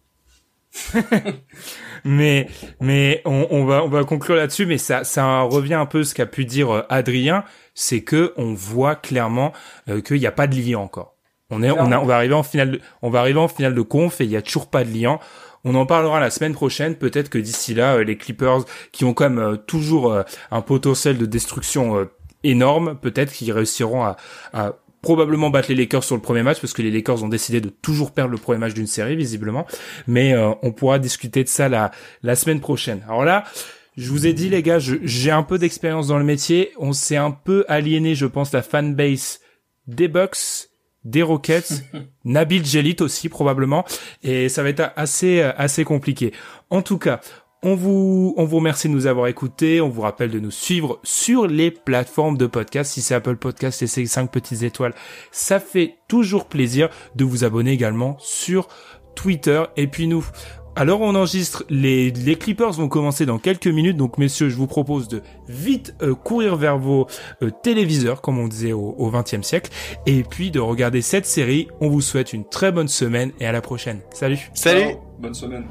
mais mais on, on va on va conclure là-dessus, mais ça ça revient un peu ce qu'a pu dire Adrien, c'est que on voit clairement euh, qu'il n'y a pas de liant encore. On est on a on va arriver en finale de, on va arriver en finale de conf et il y a toujours pas de liant. On en parlera la semaine prochaine. Peut-être que d'ici là, euh, les Clippers, qui ont quand même euh, toujours euh, un potentiel de destruction euh, énorme, peut-être qu'ils réussiront à, à probablement battre les Lakers sur le premier match, parce que les Lakers ont décidé de toujours perdre le premier match d'une série, visiblement. Mais euh, on pourra discuter de ça la, la semaine prochaine. Alors là, je vous ai dit, les gars, je, j'ai un peu d'expérience dans le métier. On s'est un peu aliéné, je pense, la fanbase des Bucks, des Rockets, Nabil Djellit aussi, probablement. Et ça va être assez, assez compliqué. En tout cas, On vous, on vous remercie de nous avoir écoutés. On vous rappelle de nous suivre sur les plateformes de podcast. Si c'est Apple Podcast, laissez cinq petites étoiles. Ça fait toujours plaisir. De vous abonner également sur Twitter. Et puis nous, alors on enregistre, les, les Clippers vont commencer dans quelques minutes. Donc messieurs, je vous propose de vite euh, courir vers vos euh, téléviseurs, comme on disait au, au vingtième siècle. Et puis de regarder cette série. On vous souhaite une très bonne semaine et à la prochaine. Salut. Salut. Ciao. Bonne semaine.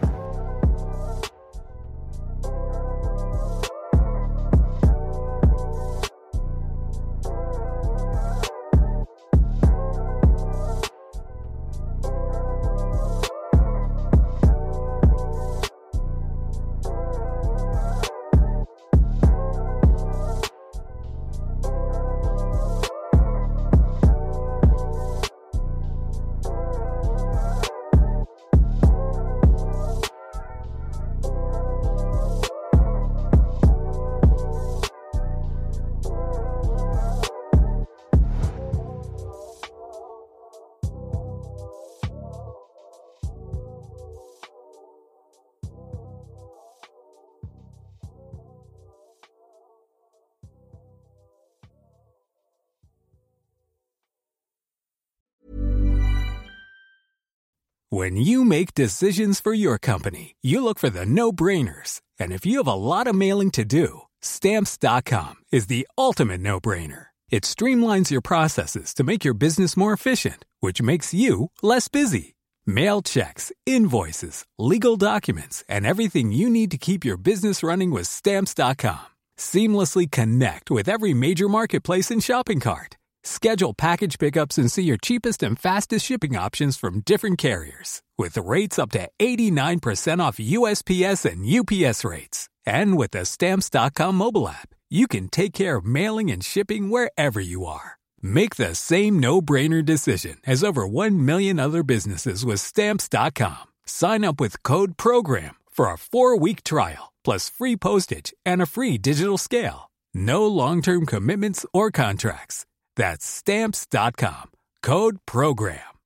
When you make decisions for your company, you look for the no-brainers. And if you have a lot of mailing to do, Stamps dot com is the ultimate no-brainer. It streamlines your processes to make your business more efficient, which makes you less busy. Mail checks, invoices, legal documents, and everything you need to keep your business running with Stamps dot com. Seamlessly connect with every major marketplace and shopping cart. Schedule package pickups and see your cheapest and fastest shipping options from different carriers. With rates up to eighty-nine percent off U S P S and U P S rates. And with the Stamps dot com mobile app, you can take care of mailing and shipping wherever you are. Make the same no-brainer decision as over one million other businesses with Stamps dot com. Sign up with code PROGRAM for a four-week trial, plus free postage and a free digital scale. No long-term commitments or contracts. That's Stamps dot com. Code PROGRAM.